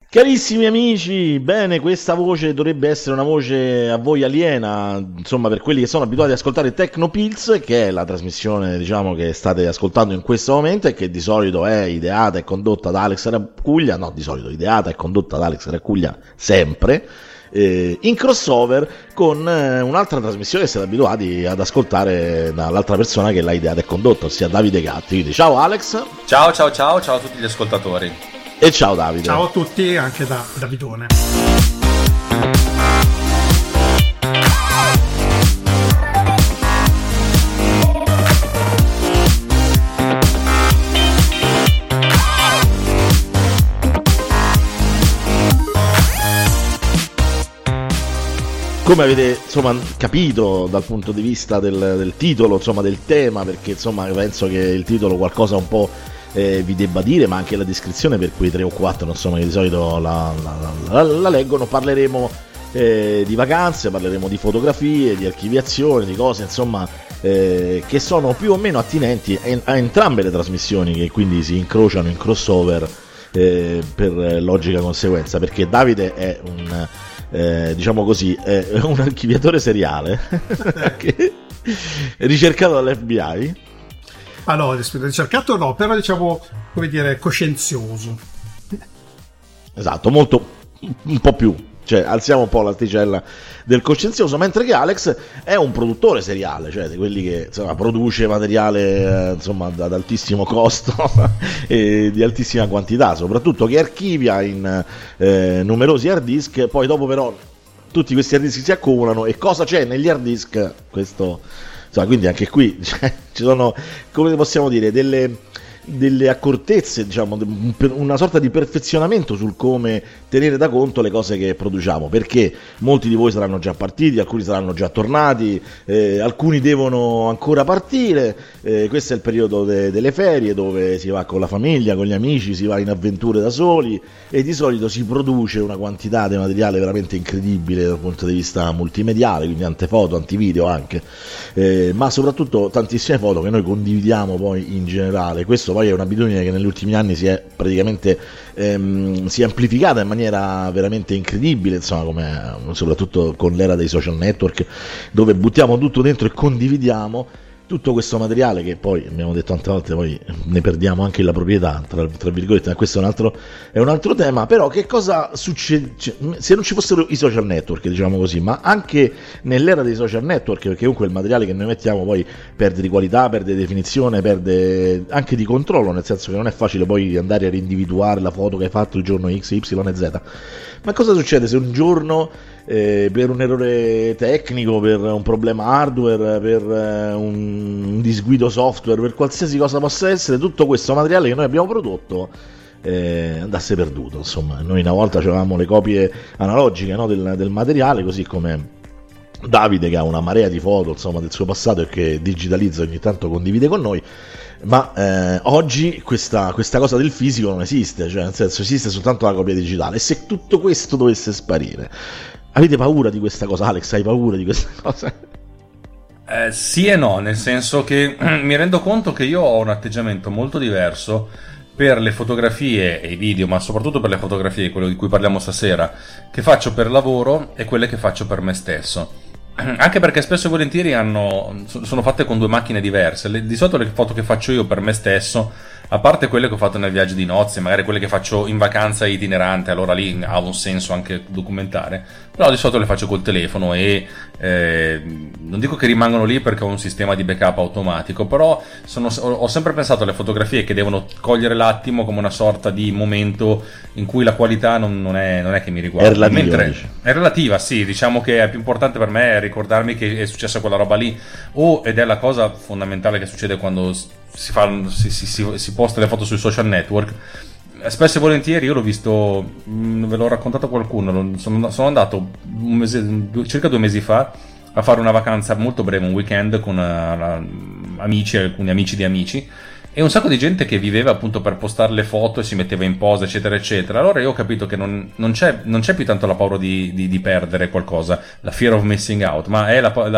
Carissimi amici, bene, questa voce dovrebbe essere una voce a voi aliena, insomma, per quelli che sono abituati ad ascoltare Tecnopills, che è la trasmissione, diciamo, che state ascoltando in questo momento e che di solito è ideata e condotta da Alex Raccuglia, no, di solito ideata e condotta da Alex Raccuglia sempre, in crossover con un'altra trasmissione che siete abituati ad ascoltare dall'altra persona che l'ha ideata e condotta, ossia Davide Gatti. Quindi ciao Alex. Ciao a tutti gli ascoltatori. E ciao Davide. Ciao a tutti, anche da Davidone. Come avete insomma capito dal punto di vista del titolo, insomma del tema, perché insomma penso che il titolo qualcosa un po' vi debba dire, ma anche la descrizione per quei 3 o 4 insomma che di solito la leggono. Parleremo di vacanze, parleremo di fotografie, di archiviazione, di cose insomma che sono più o meno attinenti a entrambe le trasmissioni, che quindi si incrociano in crossover per logica conseguenza, perché Davide è diciamo così, è un archiviatore seriale che è ricercato dall'FBI. Allora, ricercato no, però diciamo, come dire, coscienzioso. Esatto, molto, un po' più, cioè alziamo un po' l'asticella del coscienzioso, mentre che Alex è un produttore seriale, cioè di quelli che insomma produce materiale insomma ad altissimo costo e di altissima quantità, soprattutto che archivia in numerosi hard disk. Poi dopo però tutti questi hard disk si accumulano, e cosa c'è negli hard disk? Questo insomma, quindi anche qui cioè, ci sono, come possiamo dire, delle accortezze, diciamo, una sorta di perfezionamento sul come tenere da conto le cose che produciamo, perché molti di voi saranno già partiti, alcuni saranno già tornati, alcuni devono ancora partire, questo è il periodo delle ferie, dove si va con la famiglia, con gli amici, si va in avventure da soli, e di solito si produce una quantità di materiale veramente incredibile dal punto di vista multimediale, quindi antefoto, antivideo anche, ma soprattutto tantissime foto che noi condividiamo poi in generale. Questo poi è un'abitudine che negli ultimi anni si è praticamente si è amplificata in maniera veramente incredibile, insomma, come soprattutto con l'era dei social network, dove buttiamo tutto dentro e condividiamo tutto questo materiale, che poi abbiamo detto tante volte poi ne perdiamo anche la proprietà, tra virgolette, ma questo è un altro tema. Però che cosa succede se non ci fossero i social network, diciamo così, ma anche nell'era dei social network, perché comunque il materiale che noi mettiamo poi perde di qualità, perde di definizione, perde anche di controllo, nel senso che non è facile poi andare a rindividuare la foto che hai fatto il giorno X, Y e Z. Ma cosa succede se un giorno per un errore tecnico, per un problema hardware, per un disguido software, per qualsiasi cosa possa essere, tutto questo materiale che noi abbiamo prodotto andasse perduto? Insomma, noi una volta avevamo le copie analogiche, no, del materiale, così come Davide, che ha una marea di foto insomma del suo passato e che digitalizza, ogni tanto condivide con noi. Ma oggi questa cosa del fisico non esiste, cioè nel senso esiste soltanto la copia digitale. E se tutto questo dovesse sparire, avete paura di questa cosa? Alex, hai paura di questa cosa? Sì e no, nel senso che mi rendo conto che io ho un atteggiamento molto diverso per le fotografie e i video, ma soprattutto per le fotografie, quello di cui parliamo stasera, che faccio per lavoro e quelle che faccio per me stesso. Anche perché spesso e volentieri sono fatte con 2 macchine diverse. Di solito le foto che faccio io per me stesso, a parte quelle che ho fatto nel viaggio di nozze, magari quelle che faccio in vacanza itinerante, allora lì ha un senso anche documentare, però di solito le faccio col telefono e non dico che rimangono lì perché ho un sistema di backup automatico, però ho sempre pensato alle fotografie che devono cogliere l'attimo come una sorta di momento in cui la qualità non è che mi riguarda. È relativa, è relativa, sì, diciamo che è più importante per me ricordarmi che è successa quella roba lì, ed è la cosa fondamentale che succede quando si posta le foto sui social network. Spesso e volentieri io l'ho visto, ve l'ho raccontato a qualcuno, sono andato circa 2 mesi fa a fare una vacanza molto breve, un weekend con alcuni amici di amici, e un sacco di gente che viveva appunto per postare le foto e si metteva in posa eccetera eccetera. Allora io ho capito che non c'è più tanto la paura di perdere qualcosa, la fear of missing out, ma è la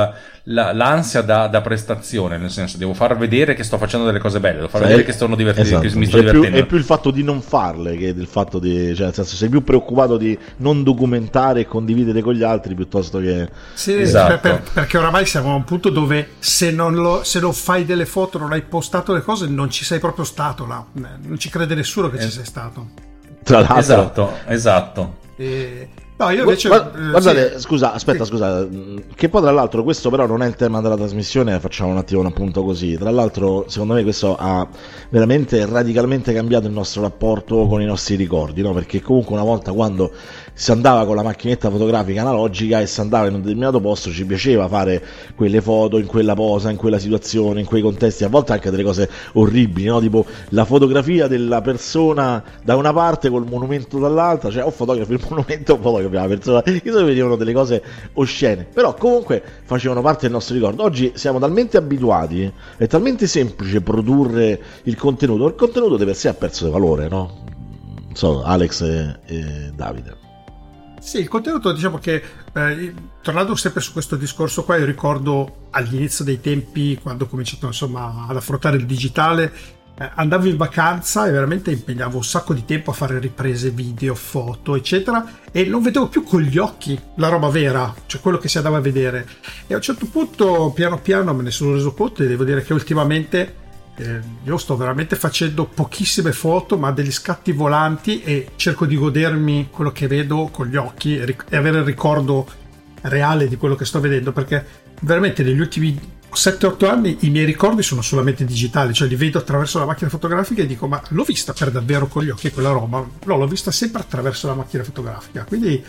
l'ansia da prestazione, nel senso devo far vedere che sto facendo delle cose belle, devo far vedere che sono divertito, esatto, che mi sto divertendo. È più il fatto di non farle che del fatto di, cioè nel senso sei più preoccupato di non documentare e condividere con gli altri piuttosto che... Sì, esatto. perché oramai siamo a un punto dove se non fai delle foto, non hai postato le cose, non ci sei proprio stato là, non ci crede nessuno che ci sei stato. Tra l'altro. Esatto. No, io invece guardate, scusa, che poi tra l'altro questo però non è il tema della trasmissione, facciamo un attimo un appunto così. Tra l'altro secondo me questo ha veramente radicalmente cambiato il nostro rapporto con i nostri ricordi, no? Perché comunque una volta, quando si andava con la macchinetta fotografica analogica e si andava in un determinato posto, ci piaceva fare quelle foto in quella posa, in quella situazione, in quei contesti, a volte anche delle cose orribili, no? Tipo la fotografia della persona da una parte col monumento dall'altra, cioè o fotografi il monumento o fotografi la persona, che vedevano delle cose oscene, però comunque facevano parte del nostro ricordo. Oggi siamo talmente abituati, è talmente semplice produrre il contenuto di per sé ha perso di valore, no? Non so, Alex e Davide. Sì, il contenuto, diciamo che tornando sempre su questo discorso qua, io ricordo all'inizio dei tempi, quando ho cominciato insomma ad affrontare il digitale, andavo in vacanza e veramente impegnavo un sacco di tempo a fare riprese video, foto eccetera, e non vedevo più con gli occhi la roba vera, cioè quello che si andava a vedere, e a un certo punto piano piano me ne sono reso conto, e devo dire che ultimamente io sto veramente facendo pochissime foto, ma degli scatti volanti, e cerco di godermi quello che vedo con gli occhi e avere il ricordo reale di quello che sto vedendo, perché veramente negli ultimi 7-8 anni i miei ricordi sono solamente digitali, cioè li vedo attraverso la macchina fotografica e dico: ma l'ho vista per davvero con gli occhi quella roba? No, l'ho vista sempre attraverso la macchina fotografica. Quindi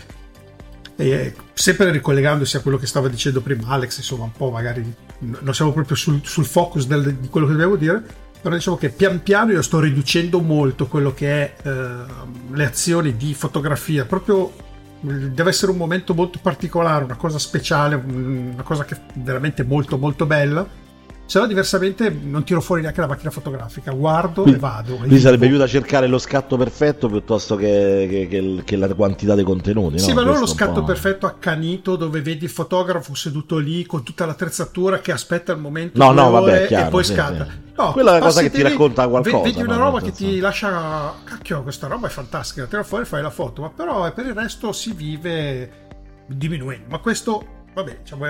sempre ricollegandosi a quello che stava dicendo prima Alex, insomma un po' magari non siamo proprio sul focus di quello che dobbiamo dire, però diciamo che pian piano io sto riducendo molto quello che è le azioni di fotografia, proprio deve essere un momento molto particolare, una cosa speciale, una cosa che è veramente molto molto bella, se no diversamente non tiro fuori neanche la macchina fotografica, guardo e vado. Quindi sarebbe aiuto a cercare lo scatto perfetto piuttosto che la quantità dei contenuti. Sì, no? ma non lo scatto perfetto accanito dove vedi il fotografo seduto lì con tutta l'attrezzatura che aspetta il momento vabbè, chiaro, e poi sì, scatta. Sì. No, quella è la cosa che ti racconta qualcosa. Vedi una roba che ti lascia, cacchio, questa roba è fantastica, tira fuori e fai la foto, ma però per il resto si vive diminuendo. Ma questo, vabbè, diciamo,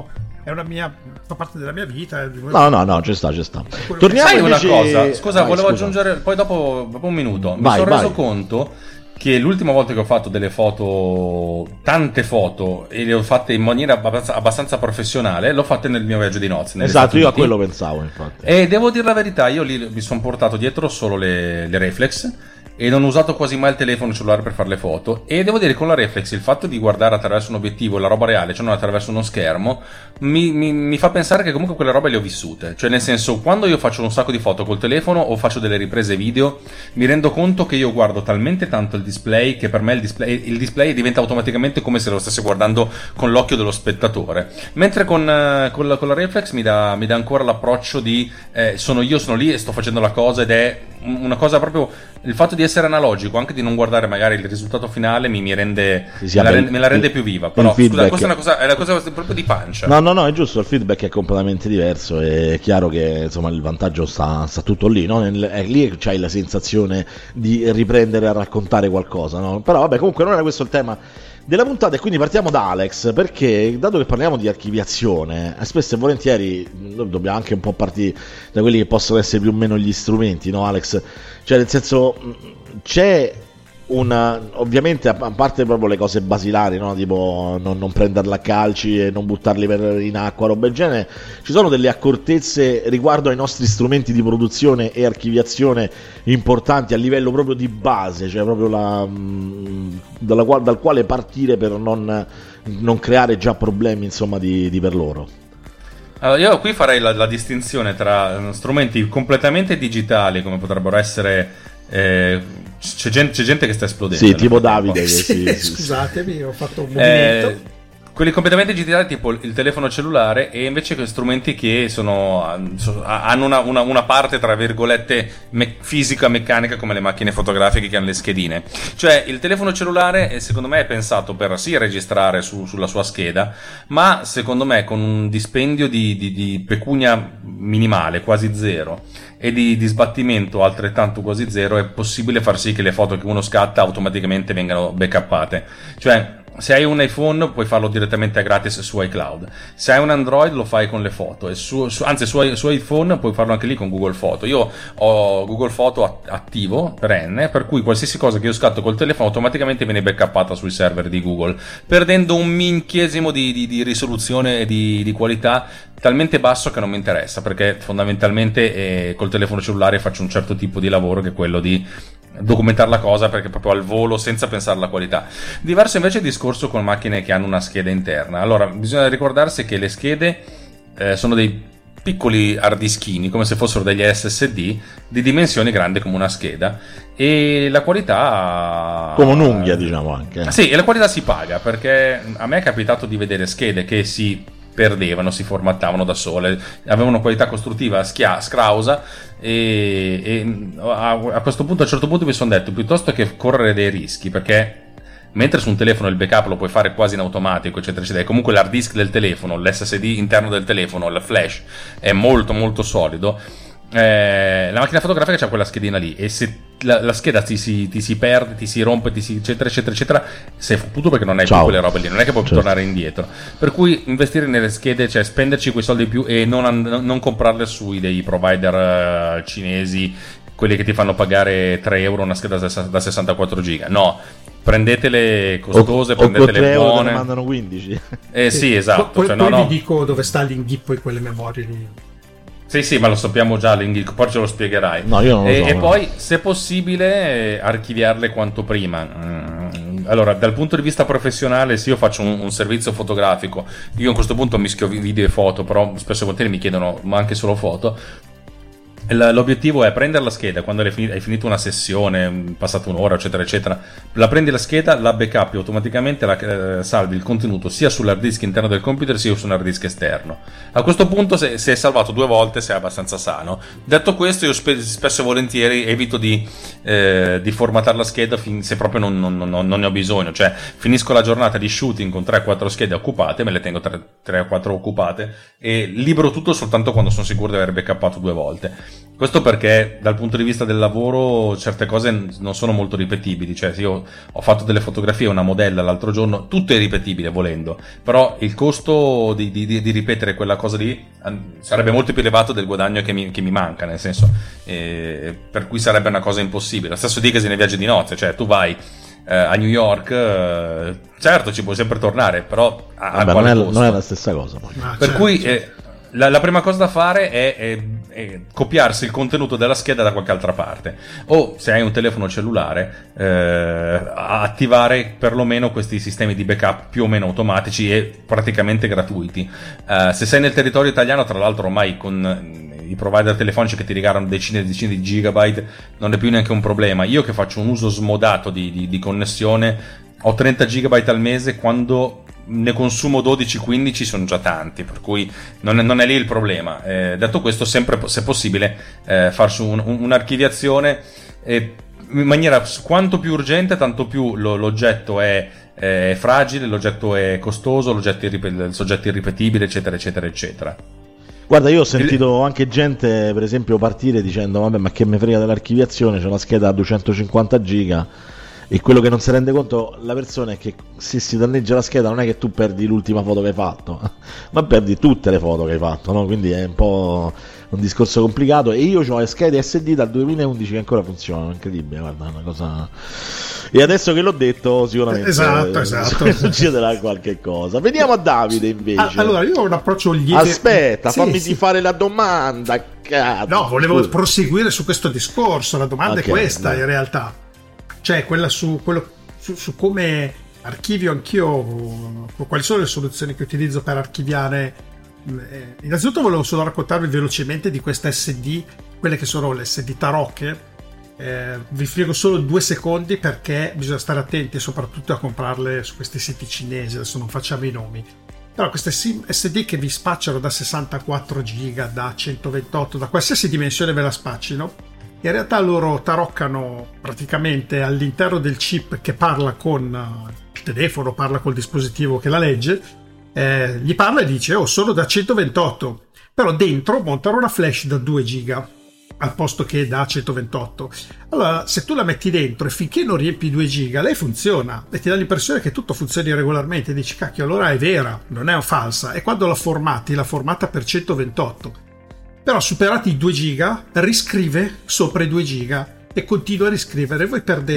fa parte della mia vita. No, ci sta. Torniamo. Sai una cosa, scusa, volevo aggiungere, poi dopo un minuto, mi sono reso conto che l'ultima volta che ho fatto delle foto, tante foto, e le ho fatte in maniera abbastanza professionale, l'ho fatte nel mio viaggio di nozze. Esatto, io a quello pensavo, infatti. E devo dire la verità, io lì mi sono portato dietro solo le reflex e non ho usato quasi mai il telefono cellulare per fare le foto, e devo dire, con la reflex il fatto di guardare attraverso un obiettivo la roba reale, cioè non attraverso uno schermo, mi fa pensare che comunque quelle robe le ho vissute, cioè nel senso, quando io faccio un sacco di foto col telefono o faccio delle riprese video, mi rendo conto che io guardo talmente tanto il display che per me il display diventa automaticamente come se lo stesse guardando con l'occhio dello spettatore, mentre con la reflex mi dà ancora l'approccio di sono lì e sto facendo la cosa, ed è una cosa proprio, il fatto di essere analogico, anche di non guardare magari il risultato finale, me la rende più viva. Però scusa, questa è una cosa proprio di pancia. No, è giusto, il feedback è completamente diverso, è chiaro che insomma il vantaggio sta tutto lì, no? È lì che c'hai la sensazione di riprendere a raccontare qualcosa, no? Però vabbè, comunque non era questo il tema della puntata, e quindi partiamo da Alex, perché dato che parliamo di archiviazione, spesso e volentieri dobbiamo anche un po' partire da quelli che possono essere più o meno gli strumenti, no Alex? Cioè nel senso, c'è ovviamente, a parte proprio le cose basilari, no? Tipo non prenderla a calci e non buttarli in acqua, roba del genere, ci sono delle accortezze riguardo ai nostri strumenti di produzione e archiviazione importanti a livello proprio di base, cioè proprio dal quale partire per non creare già problemi, insomma, di per loro. Allora, io qui farei la distinzione tra strumenti completamente digitali, come potrebbero essere c'è gente che sta esplodendo. Sì, tipo Davide. Scusatemi, ho fatto un movimento. quelli completamente digitali, tipo il telefono cellulare, e invece strumenti che hanno una parte tra virgolette fisica, meccanica, come le macchine fotografiche che hanno le schedine. Cioè il telefono cellulare secondo me è pensato per sì registrare sulla sua scheda, ma secondo me con un dispendio di pecunia minimale, quasi zero, e di sbattimento altrettanto quasi zero, è possibile far sì che le foto che uno scatta automaticamente vengano backuppate. Cioè, se hai un iPhone puoi farlo direttamente a gratis su iCloud, se hai un Android lo fai con le foto, e su iPhone puoi farlo anche lì con Google Foto. Io ho Google Foto attivo perenne, per cui qualsiasi cosa che io scatto col telefono automaticamente viene backuppata sui server di Google, perdendo un minchiesimo di risoluzione e di qualità talmente basso che non mi interessa, perché fondamentalmente col telefono cellulare faccio un certo tipo di lavoro, che è quello di documentare la cosa, perché proprio al volo, senza pensare alla qualità. Diverso invece il discorso con macchine che hanno una scheda interna. Allora, bisogna ricordarsi che le schede sono dei piccoli hard diskini, come se fossero degli SSD di dimensioni grandi come una scheda, e la qualità come un'unghia, diciamo, anche. Sì, e la qualità si paga, perché a me è capitato di vedere schede che si perdevano, si formattavano da sole, avevano qualità costruttiva scrausa, e a questo punto, a un certo punto mi sono detto, piuttosto che correre dei rischi, perché mentre su un telefono il backup lo puoi fare quasi in automatico, eccetera eccetera, e comunque l'hard disk del telefono, l'SSD interno del telefono, il flash è molto molto solido, la macchina fotografica c'ha quella schedina lì, e se la scheda ti si perde, ti si rompe, eccetera eccetera eccetera, sei fottuto, perché non hai più quelle robe lì, non è che puoi tornare indietro. Per cui investire nelle schede, cioè spenderci quei soldi in più, e non comprarle sui dei provider cinesi, quelli che ti fanno pagare 3 euro una scheda da 64 giga. No, prendetele costose, prendetele buone. Ne mandano 15. Sì, esatto. Poi vi dico dove sta l'inghippo in quelle memorie lì. Sì, ma lo sappiamo già, poi ce lo spiegherai. No, io non lo so. E poi, se possibile, archiviarle quanto prima. Allora, dal punto di vista professionale, se io faccio un servizio fotografico, io a questo punto mischio video e foto, però spesso e volentieri mi chiedono, ma anche solo foto. L'obiettivo è prendere la scheda quando hai finito una sessione, passata un'ora, eccetera eccetera, la prendi la scheda, la backup automaticamente, salvi il contenuto sia sull'hard disk interno del computer sia su un hard disk esterno. A questo punto, se hai salvato 2 volte, sei abbastanza sano. Detto questo, io spesso e volentieri evito di formattare la scheda se proprio non ne ho bisogno. Cioè, finisco la giornata di shooting con 3-4 schede occupate, me le tengo 3 o 4 occupate, e libero tutto soltanto quando sono sicuro di aver backuppato 2 volte. Questo perché dal punto di vista del lavoro certe cose non sono molto ripetibili. Cioè, se io ho fatto delle fotografie a una modella l'altro giorno, tutto è ripetibile volendo, però il costo di ripetere quella cosa lì sarebbe molto più elevato del guadagno che mi manca, nel senso, per cui sarebbe una cosa impossibile. Lo stesso dicasi nei viaggi di nozze, cioè tu vai a New York, certo ci puoi sempre tornare, però non è la stessa cosa poi. Per cui la prima cosa da fare è copiarsi il contenuto della scheda da qualche altra parte, o se hai un telefono cellulare attivare perlomeno questi sistemi di backup più o meno automatici e praticamente gratuiti. Se sei nel territorio italiano, tra l'altro, ormai con i provider telefonici che ti regalano decine e decine di gigabyte non è più neanche un problema. Io che faccio un uso smodato di connessione ho 30 gigabyte al mese, quando ne consumo 12-15 sono già tanti, per cui non è lì il problema. Detto questo, sempre se possibile farsi un'archiviazione in maniera quanto più urgente, tanto più l'oggetto è fragile, l'oggetto è costoso, il soggetto è irripetibile, eccetera eccetera eccetera. Guarda, io ho sentito anche gente, per esempio, partire dicendo vabbè, ma che me frega dell'archiviazione, c'è una scheda a 250 giga. E quello che non si rende conto la persona è che se si danneggia la scheda non è che tu perdi l'ultima foto che hai fatto, ma perdi tutte le foto che hai fatto, no? Quindi è un po' un discorso complicato. E io ho le schede SD dal 2011 che ancora funzionano, incredibile, guarda, una cosa. E adesso che l'ho detto, sicuramente esatto. succederà qualche cosa. Veniamo a Davide invece. Allora, io ho un approccio lieve. Aspetta, fammi fare la domanda. Cazzo. No, volevo proseguire su questo discorso. La domanda è questa, in realtà. Cioè, quella su come archivio anch'io, quali sono le soluzioni che utilizzo per archiviare. Innanzitutto volevo solo raccontarvi velocemente di queste SD, quelle che sono le SD Tarocche, Vi spiego solo 2 secondi perché bisogna stare attenti soprattutto a comprarle su questi siti cinesi, adesso non facciamo i nomi. Però queste SD che vi spacciano da 64 giga, da 128, da qualsiasi dimensione ve la spaccino, in realtà loro taroccano praticamente all'interno del chip che parla con il telefono, parla col dispositivo che la legge, gli parla e dice sono da 128, però dentro montano una flash da 2 giga al posto che da 128. Allora se tu la metti dentro e finché non riempi 2 giga lei funziona e ti dà l'impressione che tutto funzioni regolarmente, dici cacchio, allora è vera, non è falsa. E quando la formati, l'ha formata per 128, però superati i 2 giga riscrive sopra i 2 giga e continua a riscrivere. Voi perdete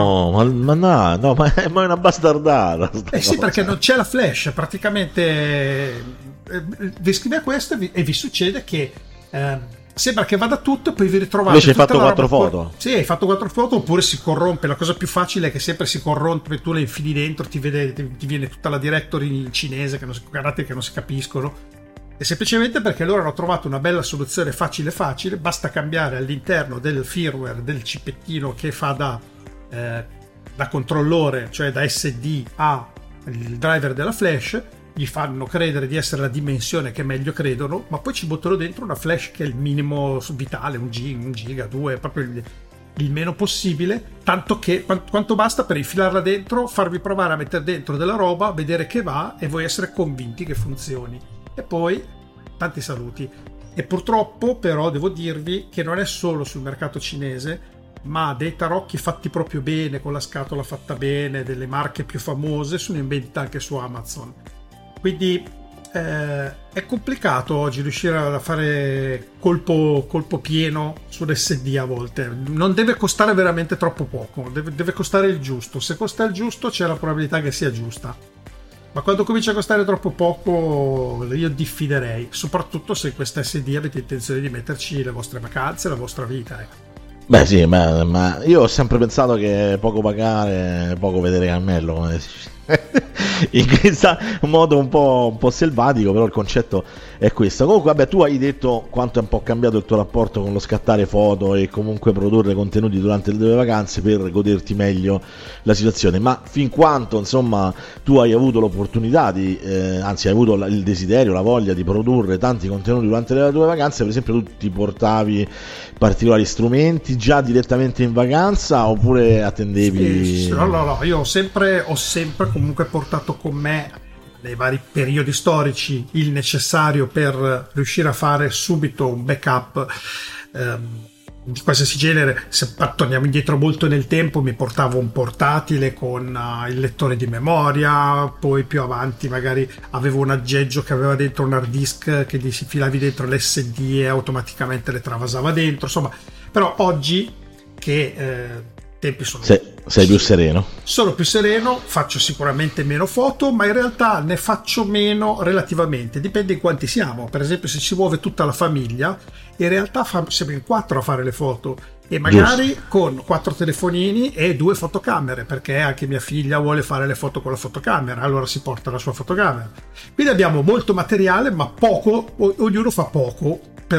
ma è una bastardata. Sì, perché non c'è la flash, praticamente vi scrive questo e vi succede che sembra che vada tutto e poi vi ritrovate. Invece hai fatto 4 foto. Sì, hai fatto 4 foto, oppure si corrompe. La cosa più facile è che sempre si corrompe, tu le infili dentro, ti viene tutta la directory in cinese, che non si capiscono. E semplicemente perché loro hanno trovato una bella soluzione facile, basta cambiare all'interno del firmware del cipettino che fa da controllore, cioè da SD a il driver della flash, gli fanno credere di essere la dimensione che meglio credono, ma poi ci buttano dentro una flash che è il minimo vitale, 1 giga, 2, proprio il meno possibile, tanto che quanto basta per infilarla dentro, farvi provare a mettere dentro della roba, vedere che va e voi essere convinti che funzioni. E poi tanti saluti. E purtroppo però devo dirvi che non è solo sul mercato cinese, ma dei tarocchi fatti proprio bene, con la scatola fatta bene, delle marche più famose, sono in vendita anche su Amazon. Quindi è complicato oggi riuscire a fare colpo pieno sull'SD a volte. Non deve costare veramente troppo poco, deve costare il giusto. Se costa il giusto c'è la probabilità che sia giusta. Ma quando comincia a costare troppo poco io diffiderei, soprattutto se in questa SD avete intenzione di metterci le vostre vacanze, la vostra vita. Beh sì, ma io ho sempre pensato che poco pagare, poco vedere cammello, come si dice. In questo modo un po' selvatico, però il concetto è questo. Comunque vabbè, tu hai detto quanto è un po' cambiato il tuo rapporto con lo scattare foto e comunque produrre contenuti durante le tue vacanze per goderti meglio la situazione, ma fin quanto insomma tu hai avuto l'opportunità anzi hai avuto il desiderio, la voglia di produrre tanti contenuti durante le tue vacanze, per esempio tu ti portavi particolari strumenti già direttamente in vacanza oppure attendevi? Sì, no, io ho sempre comunque portato con me nei vari periodi storici il necessario per riuscire a fare subito un backup di qualsiasi genere. Se torniamo indietro molto nel tempo, mi portavo un portatile con il lettore di memoria, poi più avanti magari avevo un aggeggio che aveva dentro un hard disk che gli si filavi dentro l'SD e automaticamente le travasava dentro, insomma. Però oggi che tempi sono sei più sereno. Sono più sereno, faccio sicuramente meno foto, ma in realtà ne faccio meno relativamente, dipende in quanti siamo. Per esempio se ci muove tutta la famiglia, in realtà siamo in 4 a fare le foto e magari giusto, con 4 telefonini e 2 fotocamere, perché anche mia figlia vuole fare le foto con la fotocamera, allora si porta la sua fotocamera. Quindi abbiamo molto materiale, ma poco, ognuno fa poco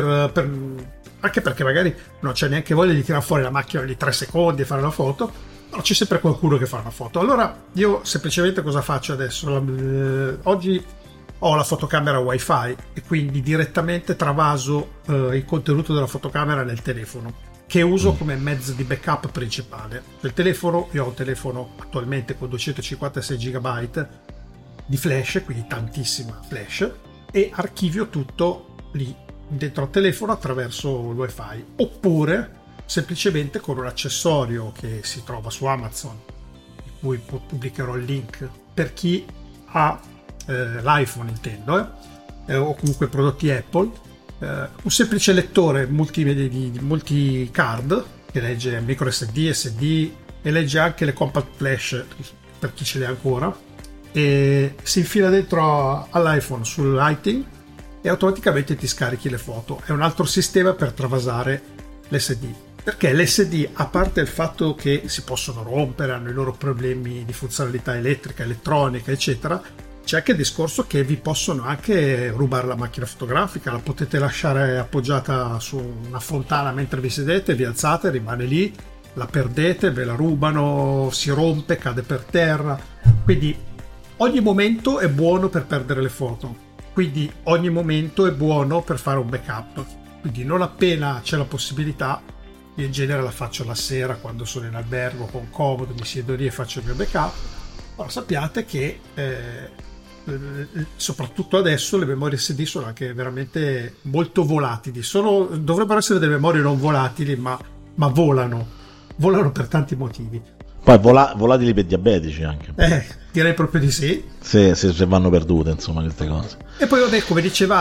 anche perché magari non c'è neanche voglia di tirare fuori la macchina di 3 secondi e fare la foto, però c'è sempre qualcuno che fa una foto. Allora io semplicemente cosa faccio adesso? Oggi ho la fotocamera wifi e quindi direttamente travaso il contenuto della fotocamera nel telefono, che uso come mezzo di backup principale. Il telefono, io ho un telefono attualmente con 256 GB di flash, quindi tantissima flash, e archivio tutto lì dentro al telefono attraverso il wifi, oppure semplicemente con un accessorio che si trova su Amazon, di cui pubblicherò il link per chi ha l'iPhone, intendo, o comunque prodotti Apple, un semplice lettore multimedia di multicard che legge micro SD, SD e legge anche le compact flash per chi ce le ha ancora, e si infila dentro all'iPhone sul Lighting e automaticamente ti scarichi le foto. È un altro sistema per travasare l'SD, perché l'SD, a parte il fatto che si possono rompere, hanno i loro problemi di funzionalità elettrica, elettronica, eccetera, c'è anche il discorso che vi possono anche rubare la macchina fotografica, la potete lasciare appoggiata su una fontana mentre vi sedete, vi alzate, rimane lì la perdete, ve la rubano, si rompe, cade per terra. Quindi ogni momento è buono per perdere le foto, quindi ogni momento è buono per fare un backup. Quindi non appena c'è la possibilità, io in genere la faccio la sera quando sono in albergo con comodo, mi siedo lì e faccio il mio backup. Ora sappiate che soprattutto adesso le memorie SD sono anche veramente molto volatili. Dovrebbero essere delle memorie non volatili, ma volano per tanti motivi. Poi volatili per diabetici anche. Direi proprio di sì. Se vanno perdute, insomma, queste cose. E poi vabbè, come diceva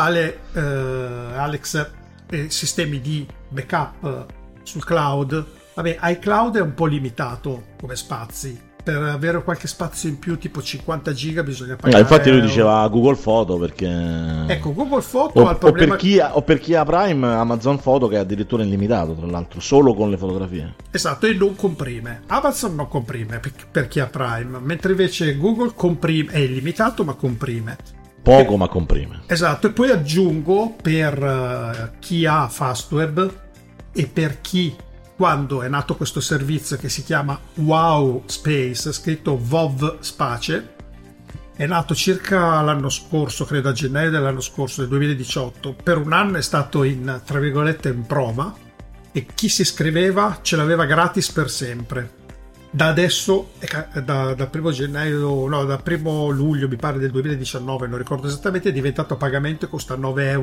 Alex, sistemi di backup sul cloud. Vabbè, iCloud è un po' limitato come spazi. Per avere qualche spazio in più, tipo 50 giga, bisogna pagare. Infatti lui diceva Google Foto, perché ecco, Google Foto ha il problema. O per chi ha Prime, Amazon Foto, che è addirittura illimitato, tra l'altro, solo con le fotografie. Esatto, e non comprime. Amazon non comprime per chi ha Prime, mentre invece Google comprime, è illimitato ma comprime. Poco ma comprime. Esatto, e poi aggiungo per chi ha Fastweb e per chi, quando è nato questo servizio che si chiama Wow Space, scritto WoW Space, è nato circa l'anno scorso, credo a gennaio dell'anno scorso, del 2018. Per un anno è stato tra virgolette in prova, e chi si iscriveva ce l'aveva gratis per sempre. Da adesso, da primo gennaio, no, da primo luglio mi pare del 2019, non ricordo esattamente, è diventato a pagamento e costa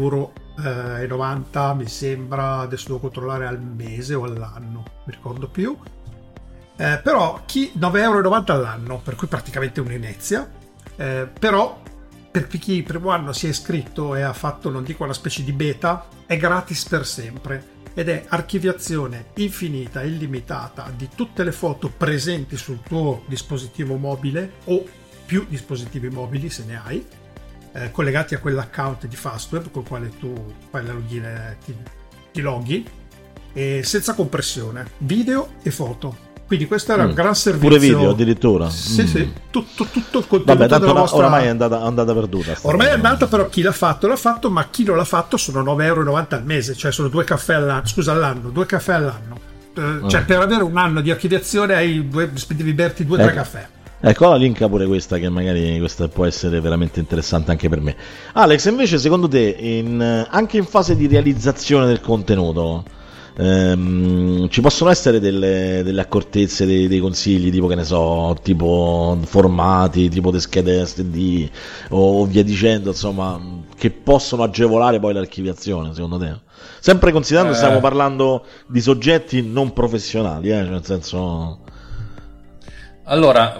9,90 € mi sembra, adesso devo controllare al mese o all'anno, non mi ricordo più, però 9,90 € all'anno, per cui praticamente un'inezia, però per chi il primo anno si è iscritto e ha fatto, non dico una specie di beta, è gratis per sempre. Ed è archiviazione infinita e illimitata di tutte le foto presenti sul tuo dispositivo mobile o più dispositivi mobili se ne hai, collegati a quell'account di Fastweb col quale tu fai la login e ti loghi, e senza compressione, video e foto. Quindi questo era un gran servizio. Pure video addirittura. Sì, sì, tutto il contenuto. Vabbè, tanto della vostra... oramai è andata perduta. Ormai è andata, però chi l'ha fatto, ma chi non l'ha fatto sono 9,90 € al mese, cioè sono 2 caffè all'anno, 2 caffè all'anno. Cioè per avere un anno di archiviazione devi berti 2-3 caffè. Ecco, la linka pure questa, che magari questa può essere veramente interessante anche per me. Alex, invece secondo te, anche in fase di realizzazione del contenuto, ci possono essere delle accortezze, dei consigli, tipo, che ne so, tipo formati, tipo le schede SD o via dicendo, insomma, che possono agevolare poi l'archiviazione, secondo te? Sempre considerando che stiamo parlando di soggetti non professionali, cioè nel senso... Allora,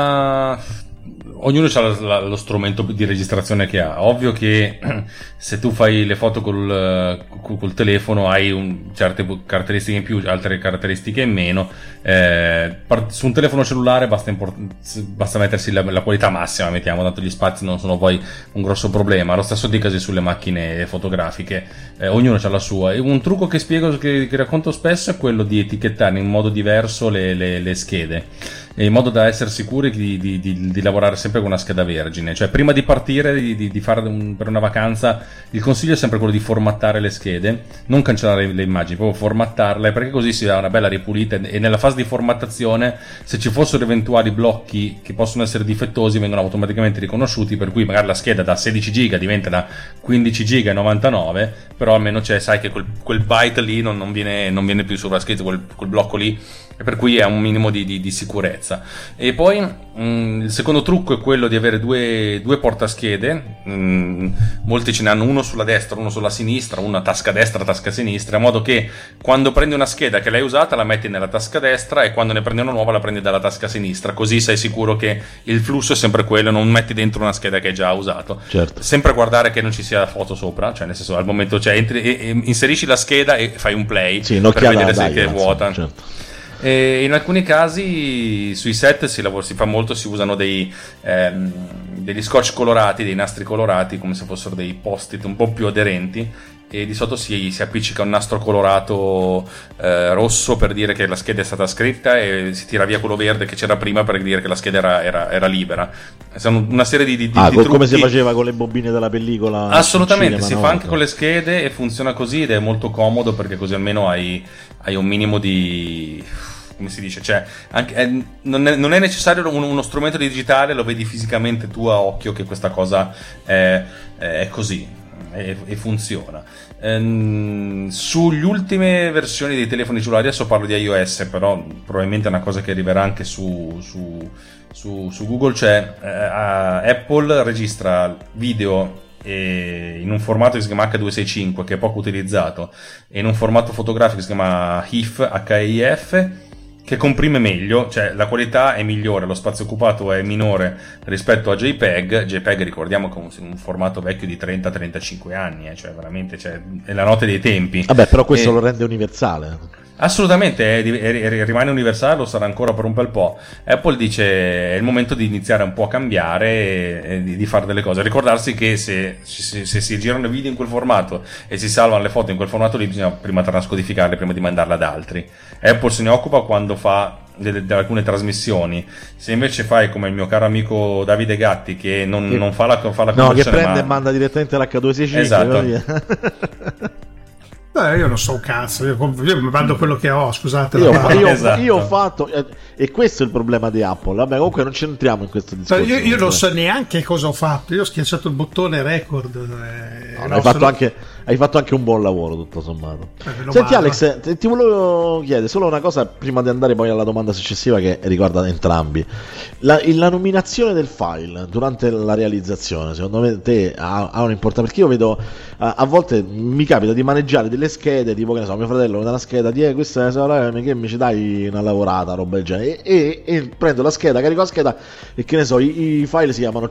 ognuno ha lo strumento di registrazione che ha. Ovvio che se tu fai le foto col telefono hai certe caratteristiche in più, altre caratteristiche in meno. Su un telefono cellulare basta mettersi la qualità massima, mettiamo, tanto gli spazi non sono poi un grosso problema. Lo stesso dicasi sulle macchine fotografiche, ognuno ha la sua. E un trucco che spiego, che racconto spesso, è quello di etichettare in modo diverso le schede, in modo da essere sicuri di lavorare sempre con una scheda vergine. Cioè, prima di partire, di fare per una vacanza, il consiglio è sempre quello di formattare le schede, non cancellare le immagini, proprio formattarle, perché così si dà una bella ripulita, e nella fase di formattazione, se ci fossero eventuali blocchi che possono essere difettosi, vengono automaticamente riconosciuti, per cui magari la scheda da 16 giga diventa da 15 giga e 99, però almeno sai che quel byte lì non viene più sulla scheda, quel blocco lì, e per cui è un minimo di sicurezza. E poi il secondo trucco è quello di avere due portaschede. Molti ce ne hanno uno sulla destra, uno sulla sinistra, una tasca destra, tasca sinistra, in modo che quando prendi una scheda che l'hai usata la metti nella tasca destra, e quando ne prendi una nuova la prendi dalla tasca sinistra, così sei sicuro che il flusso è sempre quello, non metti dentro una scheda che hai già usato. Certo. Sempre guardare che non ci sia la foto sopra, cioè nel senso, al momento, cioè, entri e inserisci la scheda e fai un play, per vedere se è vuota. Certo. E in alcuni casi sui set si fa molto, si usano degli scotch colorati, dei nastri colorati, come se fossero dei post-it un po' più aderenti, e di sotto si appiccica un nastro colorato rosso per dire che la scheda è stata scritta, e si tira via quello verde che c'era prima per dire che la scheda era libera. Sono una serie di trucchi. Come si faceva con le bobine della pellicola? Assolutamente, si fa anche con le schede, e funziona così, ed è molto comodo, perché così almeno hai un minimo di come si dice, cioè non è necessario uno strumento digitale, lo vedi fisicamente tu a occhio che questa cosa è così e funziona. Sulle ultime versioni dei telefoni cellulari, adesso parlo di iOS, però probabilmente è una cosa che arriverà anche su Google, cioè Apple registra video in un formato che si chiama H265, che è poco utilizzato, e in un formato fotografico che si chiama HIF, che comprime meglio, cioè la qualità è migliore, lo spazio occupato è minore rispetto a JPEG, ricordiamo che è un formato vecchio di 30-35 anni, cioè veramente è la notte dei tempi. Vabbè, però questo lo rende universale. Assolutamente, rimane universale, lo sarà ancora per un bel po'. Apple dice è il momento di iniziare un po' a cambiare e di fare delle cose. Ricordarsi che se si girano video in quel formato e si salvano le foto in quel formato lì, bisogna prima transcodificarle prima di mandarle ad altri. Apple se ne occupa quando fa alcune trasmissioni. Se invece fai come il mio caro amico Davide Gatti, che non fa la conversione, no, che prende e manda direttamente l'H265. Esatto. Io non so un cazzo, io mi mando quello che ho, scusate. Io ho fatto, e questo è il problema di Apple. Vabbè, comunque non c'entriamo in questo discorso. Io non so neanche cosa ho fatto, io ho schiacciato il bottone record. Hai fatto anche un buon lavoro, tutto sommato. Senti Alex, ti volevo chiedere solo una cosa prima di andare poi alla domanda successiva, che riguarda entrambi. La nominazione del file durante la realizzazione, secondo me te ha un'importanza, perché io vedo a volte mi capita di maneggiare delle schede, tipo che ne so, mio fratello mi dà una scheda di questa che mi ci dai una lavorata, roba del genere, e prendo la scheda, carico la scheda e che ne so, i file si chiamano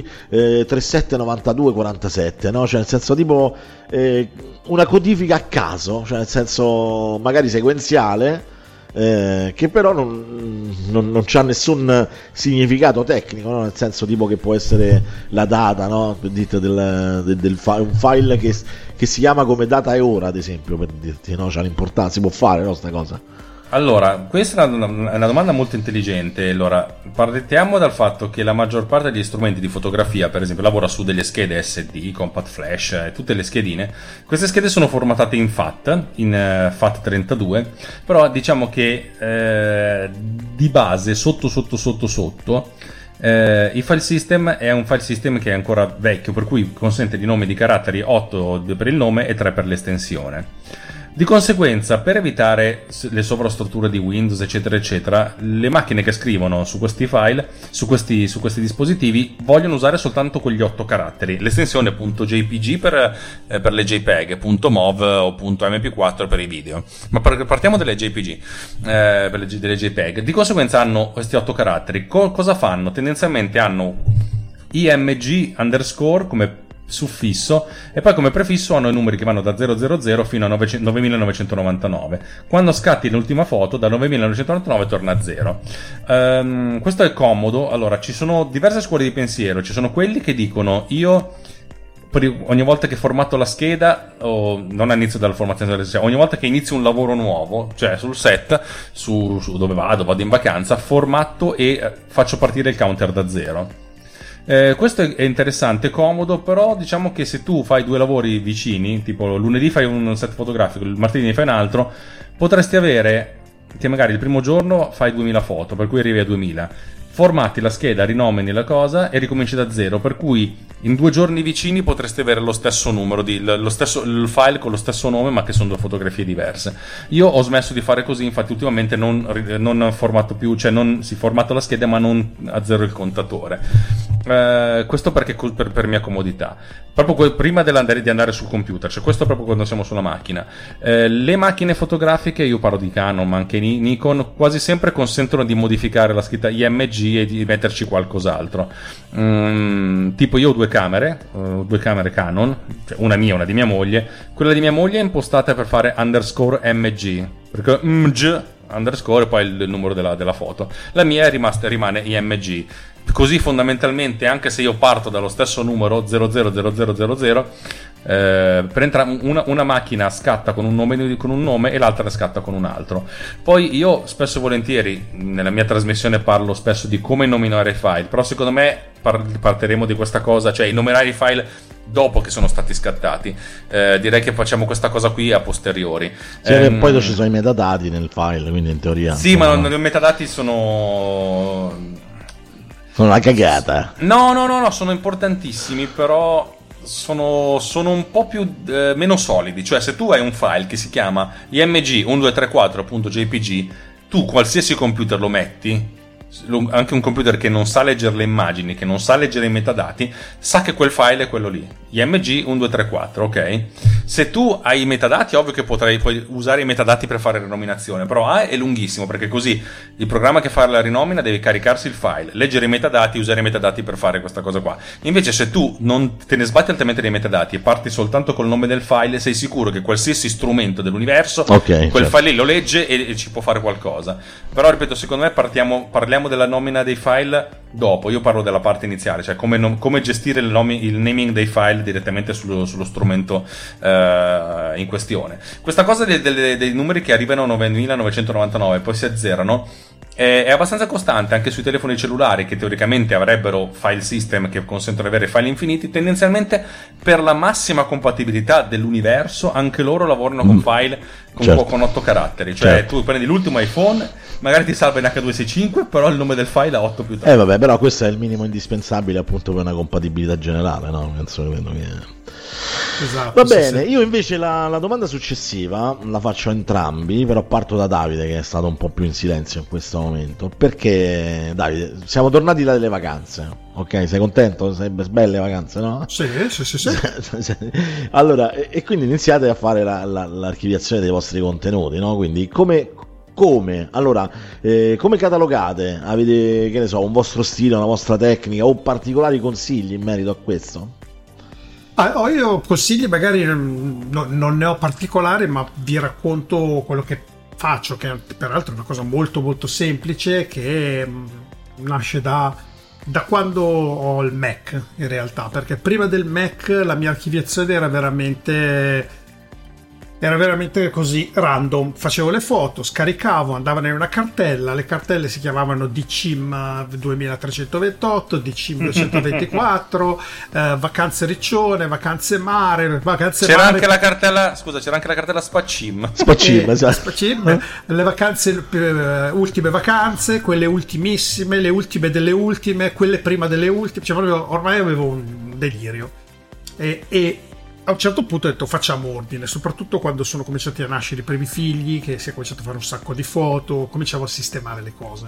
C379247, no? Cioè nel senso tipo una codifica a caso, cioè nel senso magari sequenziale, che però non c'ha nessun significato tecnico, no? Nel senso tipo che può essere la data, no? Per dirti un file che si chiama come data e ora, ad esempio, per dirti, no? C'ha l'importanza, si può fare, no, sta cosa? Allora, questa è una domanda molto intelligente. Allora, partiamo dal fatto che la maggior parte degli strumenti di fotografia, per esempio, lavora su delle schede SD, Compact Flash, tutte le schedine. Queste schede sono formatate in FAT, in FAT32, però diciamo che di base, sotto, il file system è un file system che è ancora vecchio, per cui consente di nomi di caratteri 8 per il nome e 3 per l'estensione. Di conseguenza, per evitare le sovrastrutture di Windows, eccetera, eccetera, le macchine che scrivono su questi file, su questi dispositivi, vogliono usare soltanto quegli 8 caratteri. L'estensione è .jpg per le JPEG, .mov o .mp4 per i video. Ma partiamo delle JPG, delle JPEG. Di conseguenza hanno questi 8 caratteri. Cosa fanno? Tendenzialmente hanno img _ come suffisso, e poi come prefisso hanno i numeri che vanno da 000 fino a 9999. Quando scatti l'ultima foto, da 9999 torna a 0. Questo è comodo. Allora, ci sono diverse scuole di pensiero. Ci sono quelli che dicono: io ogni volta che formato la scheda, o non all'inizio della formazione della scheda, ogni volta che inizio un lavoro nuovo, cioè sul set, su dove vado in vacanza, formatto e faccio partire il counter da 0. Questo è interessante, comodo, però diciamo che se tu fai 2 lavori vicini, tipo lunedì fai un set fotografico, il martedì ne fai un altro, potresti avere che magari il primo giorno fai 2000 foto, per cui arrivi a 2000, formati la scheda, rinomini la cosa e ricominci da 0, per cui in 2 giorni vicini potreste avere lo stesso numero il file con lo stesso nome, ma che sono 2 fotografie diverse. Io ho smesso di fare così, infatti ultimamente non formato più, cioè non si formata la scheda ma non a 0 il contatore. Questo perché per mia comodità, proprio prima di andare sul computer, cioè questo proprio quando siamo sulla macchina. Le macchine fotografiche, io parlo di Canon ma anche Nikon, quasi sempre consentono di modificare la scritta IMG e di metterci qualcos'altro. Tipo io ho 2 camere Canon, cioè una mia e una di mia moglie. Quella di mia moglie è impostata per fare _MG, perché MG underscore e poi il numero della foto. La mia rimane IMG. Così fondamentalmente, anche se io parto dallo stesso numero 000000, per una macchina scatta con un nome e l'altra scatta con un altro. Poi io spesso e volentieri nella mia trasmissione parlo spesso di come nominare i file, però secondo me parleremo di questa cosa, cioè nominare i file dopo che sono stati scattati. Direi che facciamo questa cosa qui a posteriori. Poi ci sono i metadati nel file, quindi in teoria sì, ma i metadati sono una cagata. No, sono importantissimi, però sono un po' più meno solidi. Cioè, se tu hai un file che si chiama img1234.jpg, tu qualsiasi computer lo metti, anche un computer che non sa leggere le immagini, che non sa leggere i metadati, sa che quel file è quello lì, img1234, ok? Se tu hai i metadati, ovvio che puoi usare i metadati per fare rinominazione, però è lunghissimo, perché così il programma che fa la rinomina deve caricarsi il file, leggere i metadati, usare i metadati per fare questa cosa qua. Invece se tu non te ne sbatti altamente dei metadati e parti soltanto col nome del file, sei sicuro che qualsiasi strumento dell'universo quel file lì lo legge e ci può fare qualcosa. Però ripeto, secondo me parliamo della nomina dei file dopo. Io parlo della parte iniziale, cioè come gestire il naming dei file direttamente sullo strumento in questione. Questa cosa dei numeri che arrivano a 9999 e poi si azzerano è abbastanza costante anche sui telefoni cellulari, che teoricamente avrebbero file system che consentono di avere file infiniti. Tendenzialmente, per la massima compatibilità dell'universo, anche loro lavorano con file con 8 caratteri. Cioè tu prendi l'ultimo iPhone, magari ti salva in H265, però il nome del file ha 8 più 3. Vabbè, però questo è il minimo indispensabile appunto per una compatibilità generale, no? Penso che... Esatto, va bene, io invece la domanda successiva la faccio a entrambi, però parto da Davide, che è stato un po' più in silenzio in questo momento. Perché, Davide, siamo tornati dalle vacanze, ok? Sei contento? Sei belle vacanze, no? Sì. Allora, e quindi iniziate a fare l'archiviazione dei vostri contenuti, no? Quindi come allora, come catalogate? Avete, che ne so, un vostro stile, una vostra tecnica o particolari consigli in merito a questo? Io consigli magari non ne ho particolari, ma vi racconto quello che faccio, che peraltro è una cosa molto molto semplice, che nasce da quando ho il Mac, in realtà, perché prima del Mac la mia archiviazione era veramente così random. Facevo le foto, scaricavo, andavano in una cartella, le cartelle si chiamavano DCIM 2328, DCIM 224, vacanze Riccione, vacanze mare, c'era anche la cartella Spacim, esatto. Le vacanze, ultime vacanze, quelle ultimissime, le ultime delle ultime, quelle prima delle ultime, cioè proprio ormai avevo un delirio e a un certo punto ho detto facciamo ordine, soprattutto quando sono cominciati a nascere i primi figli, che si è cominciato a fare un sacco di foto, cominciavo a sistemare le cose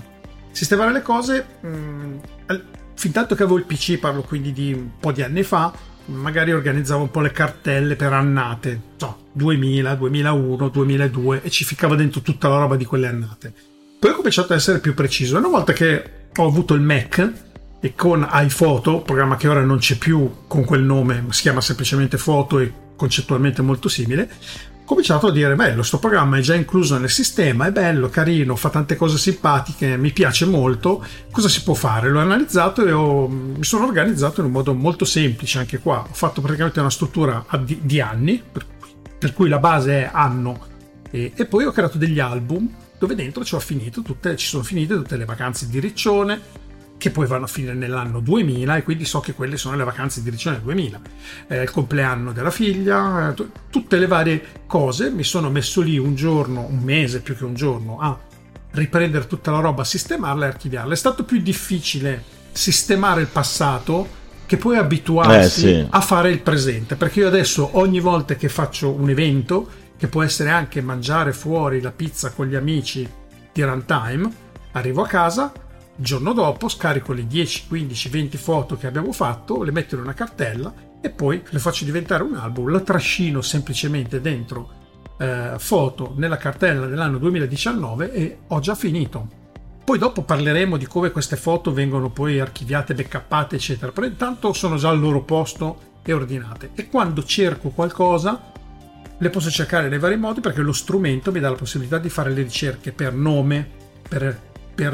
fin tanto che avevo il PC, parlo quindi di un po' di anni fa, magari organizzavo un po' le cartelle per annate, 2000, 2001, 2002, e ci ficcavo dentro tutta la roba di quelle annate. Poi ho cominciato ad essere più preciso, e una volta che ho avuto il Mac e con iPhoto, programma che ora non c'è più con quel nome, si chiama semplicemente Foto e concettualmente molto simile, ho cominciato a dire bello, sto programma è già incluso nel sistema, è bello, carino, fa tante cose simpatiche, mi piace molto, cosa si può fare? L'ho analizzato e mi sono organizzato in un modo molto semplice. Anche qua ho fatto praticamente una struttura di anni, per cui la base è anno, e poi ho creato degli album dove dentro ci sono finite tutte le vacanze di Riccione, che poi vanno a finire nell'anno 2000, e quindi so che quelle sono le vacanze di Riccione 2000, il compleanno della figlia, tutte le varie cose. Mi sono messo lì un mese più che un giorno, a riprendere tutta la roba, sistemarla e archiviarla. È stato più difficile sistemare il passato che poi abituarsi a fare il presente, perché io adesso ogni volta che faccio un evento, che può essere anche mangiare fuori la pizza con gli amici di Runtime, arrivo a casa, il giorno dopo scarico le 10, 15, 20 foto che abbiamo fatto, le metto in una cartella e poi le faccio diventare un album, lo trascino semplicemente dentro foto nella cartella dell'anno 2019 e ho già finito. Poi dopo parleremo di come queste foto vengono poi archiviate, backuppate, eccetera, però intanto sono già al loro posto e ordinate, e quando cerco qualcosa le posso cercare nei vari modi, perché lo strumento mi dà la possibilità di fare le ricerche per nome, per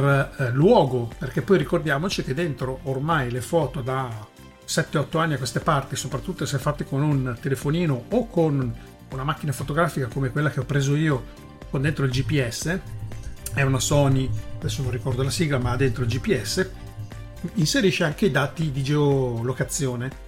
luogo, perché poi ricordiamoci che dentro ormai le foto da 7-8 anni a queste parti, soprattutto se fatte con un telefonino o con una macchina fotografica come quella che ho preso io con dentro il GPS, è una Sony, adesso non ricordo la sigla, ma ha dentro il GPS, inserisce anche i dati di geolocazione,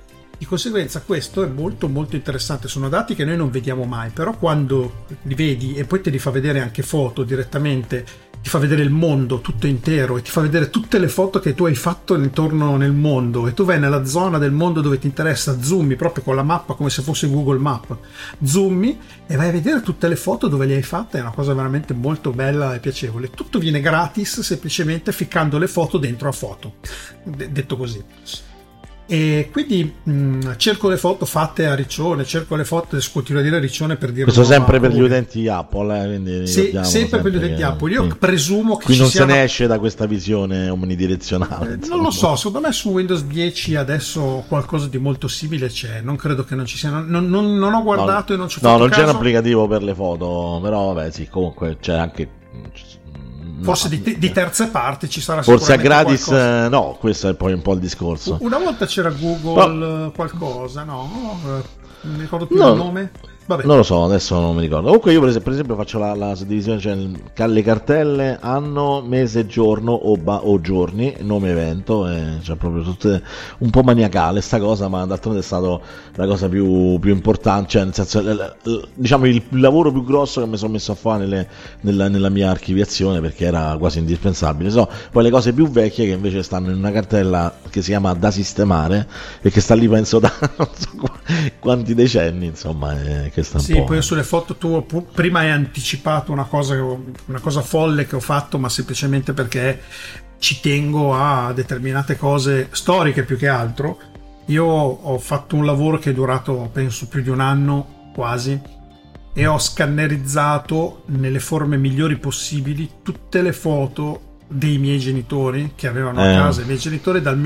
Di conseguenza questo è molto molto interessante, sono dati che noi non vediamo mai, però quando li vedi e poi te li fa vedere anche foto direttamente, ti fa vedere il mondo tutto intero e ti fa vedere tutte le foto che tu hai fatto intorno nel mondo, e tu vai nella zona del mondo dove ti interessa, zoomi proprio con la mappa come se fosse Google Map, zoomi e vai a vedere tutte le foto dove le hai fatte. È una cosa veramente molto bella e piacevole. Tutto viene gratis semplicemente ficcando le foto dentro a foto, detto così. E quindi cerco le foto fatte a Riccione, cerco le foto, continuo a dire Riccione per dire questo sempre per gli utenti Apple, quindi sì, sempre per gli utenti Apple. Io presumo che qui non ci sia se ne esce da questa visione omnidirezionale, non lo so, secondo me su Windows 10 adesso qualcosa di molto simile c'è, non credo che non ci sia, non ho guardato e non ci ho fatto non caso. c'è un applicativo per le foto, però vabbè sì, comunque c'è anche forse di terze parti ci sarà forse sicuramente è gratis, qualcosa. no, questo è poi un po' il discorso. Una volta c'era Google qualcosa, no? Non mi ricordo più il nome. Vabbè. Non lo so, adesso non mi ricordo. Comunque io per esempio faccio la suddivisione, cioè le cartelle anno, mese, giorno o giorni, nome, evento, cioè proprio tutte un po' maniacale sta cosa, ma d'altronde è stato la cosa più importante, cioè nel senso diciamo il lavoro più grosso che mi sono messo a fare nella mia archiviazione, perché era quasi indispensabile. Poi le cose più vecchie che invece stanno in una cartella che si chiama da sistemare e che sta lì penso da non so quanti decenni, insomma, che sta un sì, po'. poi sulle foto tu prima hai anticipato una cosa folle che ho fatto, ma semplicemente perché ci tengo a determinate cose storiche più che altro. Io ho fatto un lavoro che è durato penso più di un anno quasi, e ho scannerizzato nelle forme migliori possibili tutte le foto dei miei genitori che avevano a casa, i miei genitori dal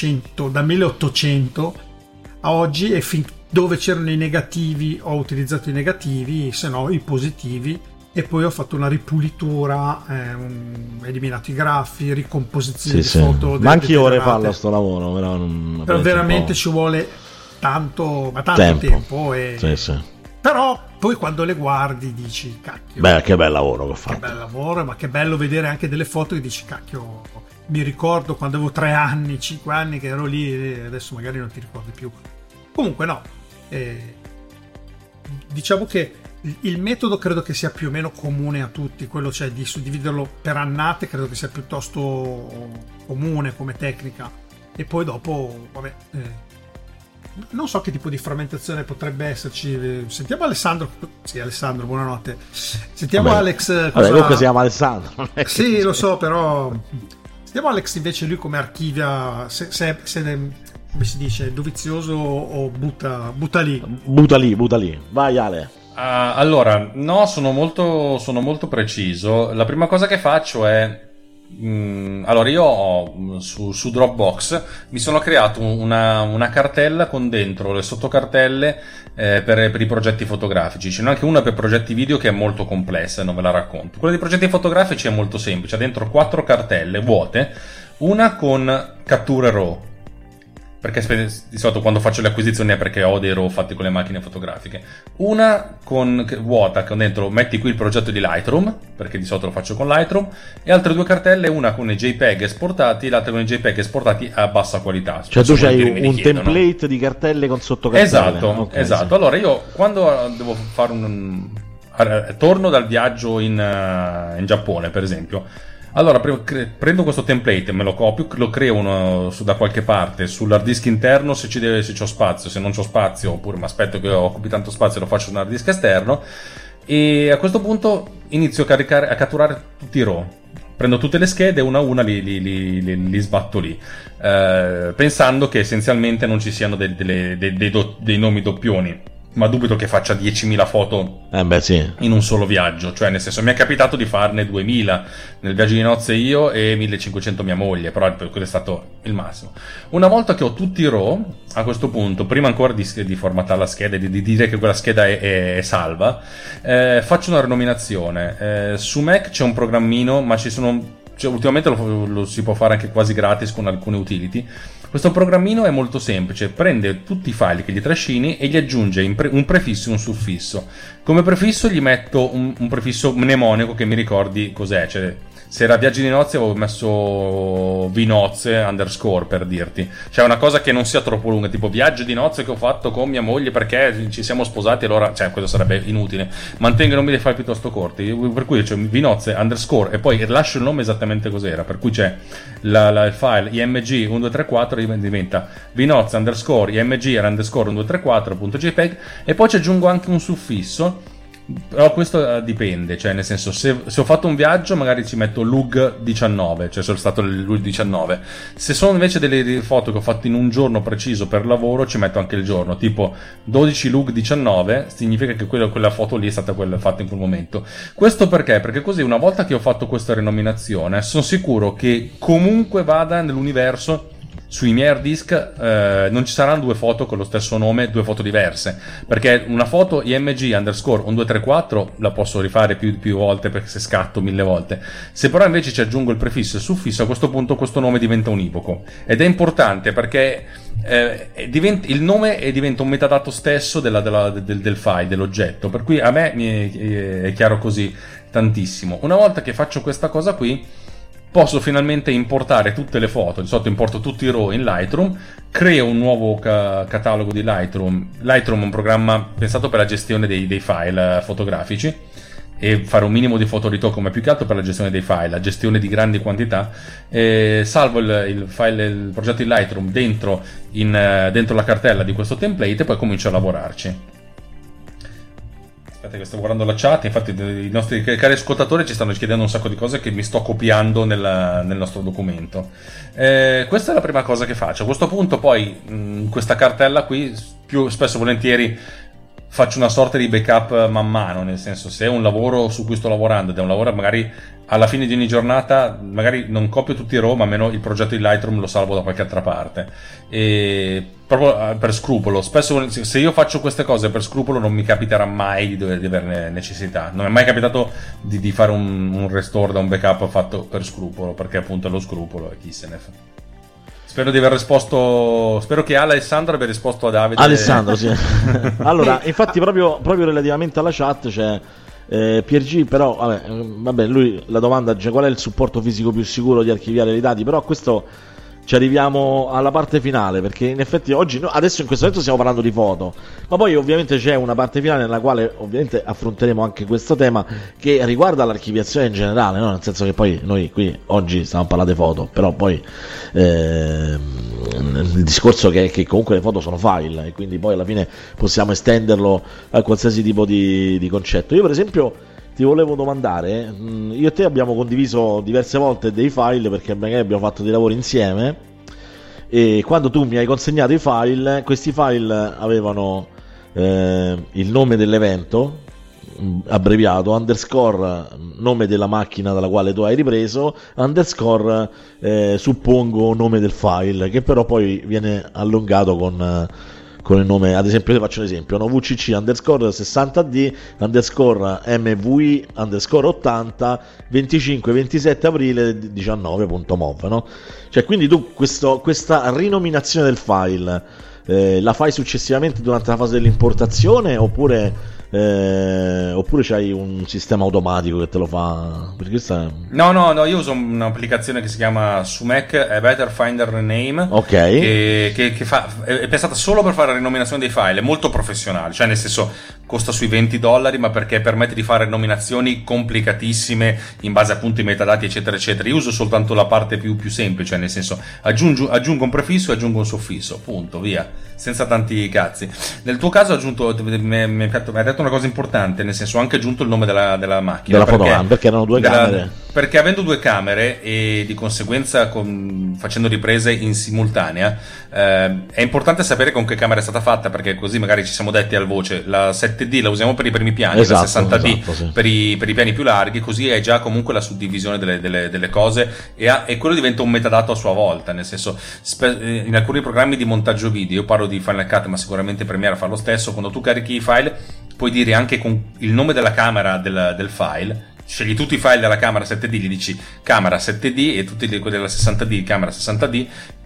1800 a oggi, e fin dove c'erano i negativi ho utilizzato i negativi, se no i positivi, e poi ho fatto una ripulitura, eliminato i graffi, ricomposizione di foto. Ma anche io vorrei farlo sto lavoro, però veramente ci vuole tanto tempo e... sì. Però poi quando le guardi dici cacchio, beh, che bel lavoro che ho fatto, che bel lavoro, ma che bello vedere anche delle foto che dici cacchio, mi ricordo quando avevo 3 anni, 5 anni che ero lì, e adesso magari non ti ricordi più. Comunque no, diciamo che il metodo credo che sia più o meno comune a tutti, quello cioè di suddividerlo per annate credo che sia piuttosto comune come tecnica, e poi dopo vabbè, non so che tipo di frammentazione potrebbe esserci. Sentiamo Alessandro. Sì, Alessandro, buonanotte. Sentiamo vabbè. Alex. Vabbè, comunque si chiama Alessandro. Sì, lo so, però sentiamo Alex invece lui come archivia, se come si dice, dovizioso o butta lì. Butta lì. Vai Ale. Allora, no, sono molto preciso. La prima cosa che faccio è allora io ho su Dropbox mi sono creato una cartella con dentro le sottocartelle per i progetti fotografici. Ce n'è anche una per progetti video che è molto complessa, non ve la racconto. Quella dei progetti fotografici è molto semplice, ha dentro 4 cartelle vuote, una con catture RAW, perché di solito quando faccio le acquisizioni è perché ho dei RAW fatti con le macchine fotografiche, una vuota con dentro metti qui il progetto di Lightroom, perché di solito lo faccio con Lightroom, e altre 2 cartelle, una con i JPEG esportati e l'altra con i JPEG esportati a bassa qualità. Cioè tu c'hai un template di cartelle con sottocartelle. Esatto. Sì. Allora io quando devo fare torno dal viaggio in Giappone per esempio, allora prendo questo template, me lo copio, lo creo da qualche parte sull'hard disk interno se c'ho spazio, se non c'ho spazio oppure mi aspetto che occupi tanto spazio lo faccio su un hard disk esterno, e a questo punto inizio a catturare tutti i RAW, prendo tutte le schede una a una li sbatto lì, pensando che essenzialmente non ci siano dei nomi doppioni, ma dubito che faccia 10.000 foto in un solo viaggio, cioè nel senso mi è capitato di farne 2.000 nel viaggio di nozze io e 1.500 mia moglie, però quello è stato il massimo. Una volta che ho tutti i RAW, a questo punto prima ancora di formattare la scheda, di dire che quella scheda è salva, faccio una renominazione. Su Mac c'è un programmino, ma ultimamente lo si può fare anche quasi gratis con alcune utility. Questo programmino è molto semplice, prende tutti i file che gli trascini e gli aggiunge un prefisso e un suffisso. Come prefisso gli metto un prefisso mnemonico che mi ricordi cos'è, cioè Se era viaggi di nozze avevo messo vinozze _ per dirti, cioè una cosa che non sia troppo lunga, tipo viaggio di nozze che ho fatto con mia moglie perché ci siamo sposati, allora, cioè questo sarebbe inutile, mantengo i nomi dei file piuttosto corti, per cui c'è vinozze _ e poi lascio il nome esattamente cos'era, per cui c'è il file img 1234 diventa vinozze _ img _1234.jpg e poi ci aggiungo anche un suffisso. Però questo dipende, cioè nel senso, se ho fatto un viaggio magari ci metto lug 19, cioè sono stato lug 19. Se sono invece delle foto che ho fatto in un giorno preciso per lavoro, ci metto anche il giorno, tipo 12 lug 19 significa che quella foto lì è stata quella fatta in quel momento. Questo perché? Perché così una volta che ho fatto questa rinominazione sono sicuro che comunque vada nell'universo. Sui miei hard disk non ci saranno due foto con lo stesso nome, due foto diverse, perché una foto img _1234 la posso rifare più volte, perché se scatto 1000 volte. Se però invece ci aggiungo il prefisso e il suffisso, a questo punto questo nome diventa univoco, ed è importante perché il nome diventa un metadato stesso del file, dell'oggetto, per cui a me è chiaro così tantissimo. Una volta che faccio questa cosa qui, posso finalmente importare tutte le foto. Di solito importo tutti i RAW in Lightroom, creo un nuovo catalogo di Lightroom. Lightroom è un programma pensato per la gestione dei file fotografici e fare un minimo di fotoritocco, ma più che altro per la gestione dei file, la gestione di grandi quantità. Salvo il progetto di Lightroom dentro la cartella di questo template e poi comincio a lavorarci. Aspetta che sto guardando la chat, infatti i nostri cari ascoltatori ci stanno chiedendo un sacco di cose che mi sto copiando nel nostro documento. Questa è la prima cosa che faccio. A questo punto poi in questa cartella qui più spesso e volentieri faccio una sorta di backup man mano, nel senso, se è un lavoro su cui sto lavorando ed è un lavoro magari alla fine di ogni giornata, magari non copio tutti i RAW, ma almeno il progetto di Lightroom lo salvo da qualche altra parte, e proprio per scrupolo. Spesso se io faccio queste cose per scrupolo non mi capiterà mai di averne necessità. Non è mai capitato di fare un restore da un backup fatto per scrupolo, perché appunto è lo scrupolo e chi se ne fa. Spero di aver risposto. Spero che Alessandro abbia risposto a Davide. Alessandro, sì. Allora, infatti, proprio relativamente alla chat c'è PRG, però vabbè, lui la domanda c'è: qual è il supporto fisico più sicuro di archiviare i dati? Però questo ci arriviamo alla parte finale, perché in effetti adesso in questo momento stiamo parlando di foto, ma poi ovviamente c'è una parte finale nella quale ovviamente affronteremo anche questo tema che riguarda l'archiviazione in generale, no? Nel senso che poi noi qui oggi stiamo parlando di foto, però poi il discorso che comunque le foto sono file e quindi poi alla fine possiamo estenderlo a qualsiasi tipo di concetto. Io per esempio ti volevo domandare, io e te abbiamo condiviso diverse volte dei file perché magari abbiamo fatto dei lavori insieme, e quando tu mi hai consegnato i file, questi file avevano il nome dell'evento abbreviato, underscore nome della macchina dalla quale tu hai ripreso, underscore suppongo nome del file, che però poi viene allungato con il nome. Ad esempio, ti faccio un esempio, no? VCC _60D _MVI _80 25-27 aprile 19.mov, no? Cioè, quindi tu questa rinominazione del file la fai successivamente durante la fase dell'importazione oppure c'hai un sistema automatico che te lo fa? Perché No, io uso un'applicazione che si chiama su Mac, è Better Finder Rename, ok, che è pensata solo per fare la rinominazione dei file, è molto professionale, cioè nel senso costa sui $20, ma perché permette di fare rinominazioni complicatissime in base appunto ai metadati eccetera eccetera. Io uso soltanto la parte più semplice, cioè nel senso aggiungo un prefisso e aggiungo un suffisso, punto, via, senza tanti cazzi. Nel tuo caso mi hai detto una cosa importante, nel senso ho anche aggiunto il nome della macchina, della fotogram, perché erano due camere. Perché avendo due camere e di conseguenza facendo riprese in simultanea, è importante sapere con che camera è stata fatta, perché così magari ci siamo detti al voce la 7D la usiamo per i primi piani, esatto, la 60D esatto, sì, per i piani più larghi, così hai già comunque la suddivisione delle cose e quello diventa un metadato a sua volta, nel senso in alcuni programmi di montaggio video, io parlo di Final Cut ma sicuramente Premiere fa lo stesso, quando tu carichi i file puoi dire anche con il nome della camera del file, scegli tutti i file della camera 7D, gli dici camera 7D e tutti quelli della 60D camera 60D,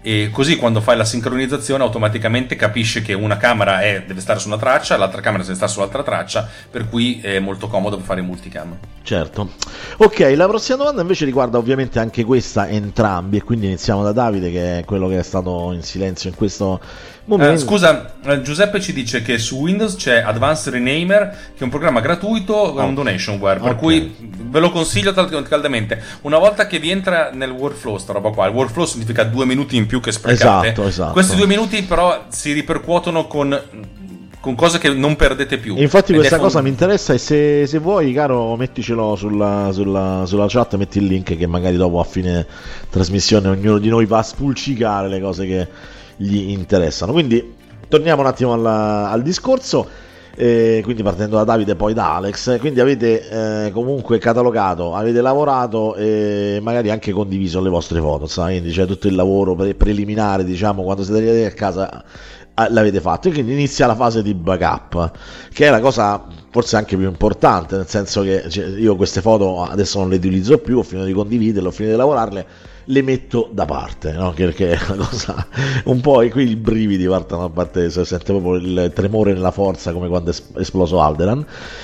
e così quando fai la sincronizzazione automaticamente capisce che una camera deve stare su una traccia, l'altra camera deve stare sull'altra traccia, per cui è molto comodo per fare multicam. Certo. Ok, la prossima domanda invece riguarda ovviamente anche questa entrambi, e quindi iniziamo da Davide, che è quello che è stato in silenzio in questo momento. Scusa, Giuseppe ci dice che su Windows c'è Advanced Renamer, che è un programma gratuito con donationware, per cui ve lo consiglio caldamente. Una volta che vi entra nel workflow, sta roba qua, il workflow significa 2 minuti in più che sprecate. Esatto. Questi 2 minuti però si ripercuotono con cose che non perdete più. Infatti questa cosa mi interessa, e se vuoi, caro, metticelo sulla chat, metti il link, che magari dopo a fine trasmissione ognuno di noi va a spulcicare le cose che gli interessano. Quindi torniamo un attimo al discorso, quindi partendo da Davide poi da Alex. Quindi avete comunque catalogato, avete lavorato e magari anche condiviso le vostre foto, quindi c'è tutto il lavoro preliminare, diciamo, quando siete arrivati a casa l'avete fatto, e quindi inizia la fase di backup, che è la cosa forse anche più importante, nel senso che io queste foto adesso non le utilizzo più, ho finito di condividerle, ho finito di lavorarle, le metto da parte, no? Perché è una cosa un po', e qui i brividi partono a parte, si sente proprio il tremore nella forza, come quando è esploso Alderan.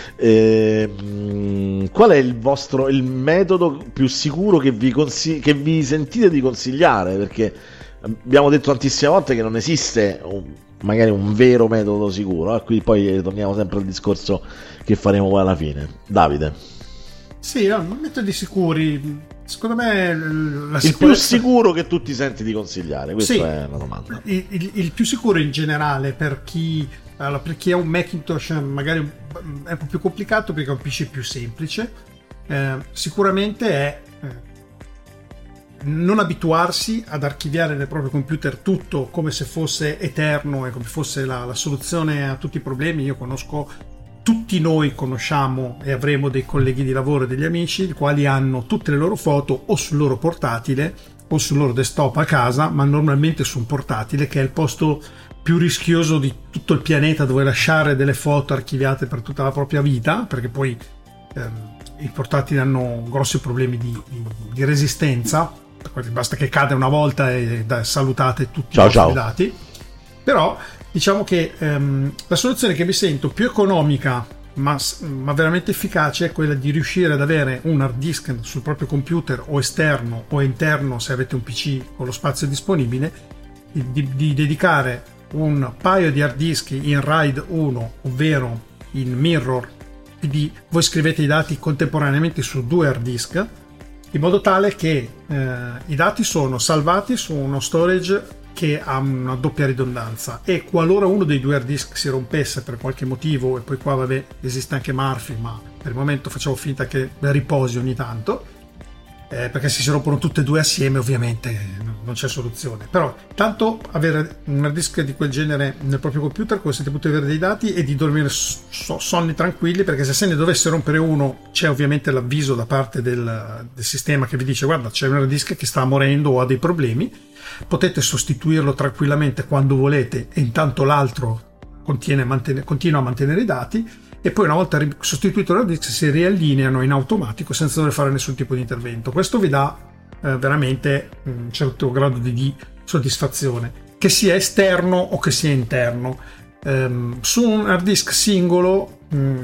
Qual è il metodo più sicuro che vi sentite di consigliare? Perché abbiamo detto tantissime volte che non esiste magari un vero metodo sicuro, qui poi torniamo sempre al discorso che faremo poi alla fine. Davide. Sì, metodi sicuri, secondo me il più sicuro che tu ti senti di consigliare, questa è una domanda. Il più sicuro in generale per chi ha un Macintosh magari è un po' più complicato, perché è un PC più semplice, sicuramente è non abituarsi ad archiviare nel proprio computer tutto come se fosse eterno e come fosse la soluzione a tutti i problemi. Tutti noi conosciamo e avremo dei colleghi di lavoro e degli amici i quali hanno tutte le loro foto o sul loro portatile o sul loro desktop a casa, ma normalmente su un portatile, che è il posto più rischioso di tutto il pianeta dove lasciare delle foto archiviate per tutta la propria vita, perché poi i portatili hanno grossi problemi di resistenza. Basta che cade una volta e salutate tutti i vostri dati. Però diciamo che la soluzione che mi sento più economica ma veramente efficace è quella di riuscire ad avere un hard disk sul proprio computer, o esterno o interno se avete un PC con lo spazio disponibile, di dedicare un paio di hard disk in RAID 1, ovvero in mirror, quindi voi scrivete i dati contemporaneamente su 2 hard disk, in modo tale che i dati sono salvati su uno storage che ha una doppia ridondanza, e qualora uno dei 2 hard disk si rompesse per qualche motivo, e poi qua vabbè esiste anche Murphy, ma per il momento facciamo finta che riposi ogni tanto, perché se si rompono tutte e 2 assieme ovviamente non c'è soluzione. Però tanto avere un hard disk di quel genere nel proprio computer consente di avere dei dati e di dormire sonni tranquilli, perché se ne dovesse rompere uno c'è ovviamente l'avviso da parte del sistema che vi dice: guarda, c'è un hard disk che sta morendo o ha dei problemi, potete sostituirlo tranquillamente quando volete, e intanto l'altro continua a mantenere i dati, e poi una volta sostituito l'hard disk si riallineano in automatico senza dover fare nessun tipo di intervento. Questo vi dà veramente un certo grado di soddisfazione, che sia esterno o che sia interno. Su un hard disk singolo,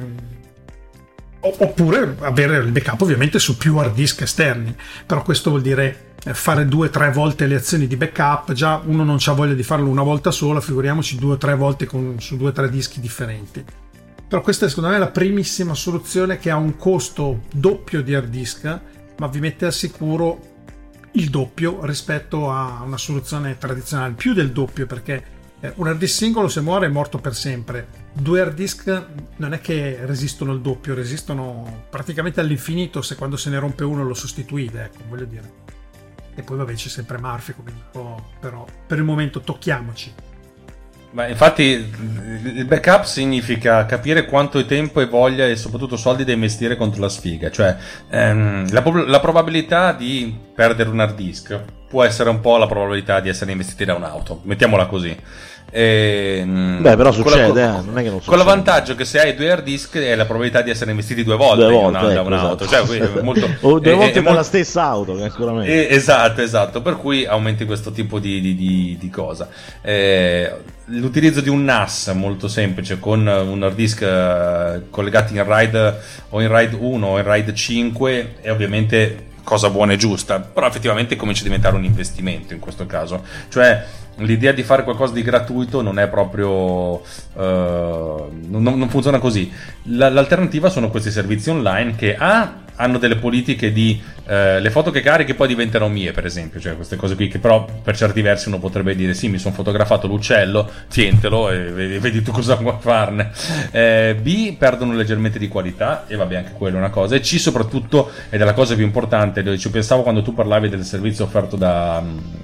oppure avere il backup ovviamente su più hard disk esterni, però questo vuol dire fare 2-3 volte le azioni di backup. Già uno non c'ha voglia di farlo una volta sola, figuriamoci 2 o 3 volte su 2-3 dischi differenti. Però questa è secondo me la primissima soluzione, che ha un costo doppio di hard disk, ma vi mette al sicuro il doppio rispetto a una soluzione tradizionale, più del doppio, perché un hard disk singolo, se muore, è morto per sempre. 2 hard disk non è che resistono il doppio, resistono praticamente all'infinito, se quando se ne rompe uno lo sostituite, ecco, voglio dire. E poi vabbè c'è sempre Murphy, come dico, però per il momento tocchiamoci. Ma infatti il backup significa capire quanto tempo e voglia e soprattutto soldi da investire contro la sfiga, cioè la probabilità di perdere un hard disk può essere un po' la probabilità di essere investiti da un'auto, mettiamola così. Però succede, non è che non succede. Con l'avvantaggio che se hai 2 hard disk è la probabilità di essere investiti 2 volte, da un'auto, esatto. Cioè, molto, o 2 volte con la stessa auto, che ancora meglio. Esatto, per cui aumenti questo tipo di cosa. L'utilizzo di un NAS molto semplice con un hard disk collegato in RAID o in RAID 1 o in RAID 5 è ovviamente cosa buona e giusta, però effettivamente comincia a diventare un investimento in questo caso, cioè l'idea di fare qualcosa di gratuito non è proprio non funziona così. L'alternativa sono questi servizi online che hanno delle politiche di le foto che carichi poi diventano mie, per esempio, cioè queste cose qui che però per certi versi uno potrebbe dire sì, mi sono fotografato l'uccello, tientelo e vedi tu cosa vuoi farne. B, perdono leggermente di qualità, e vabbè, anche quella è una cosa, e C soprattutto, ed è la cosa più importante, ci pensavo quando tu parlavi del servizio offerto da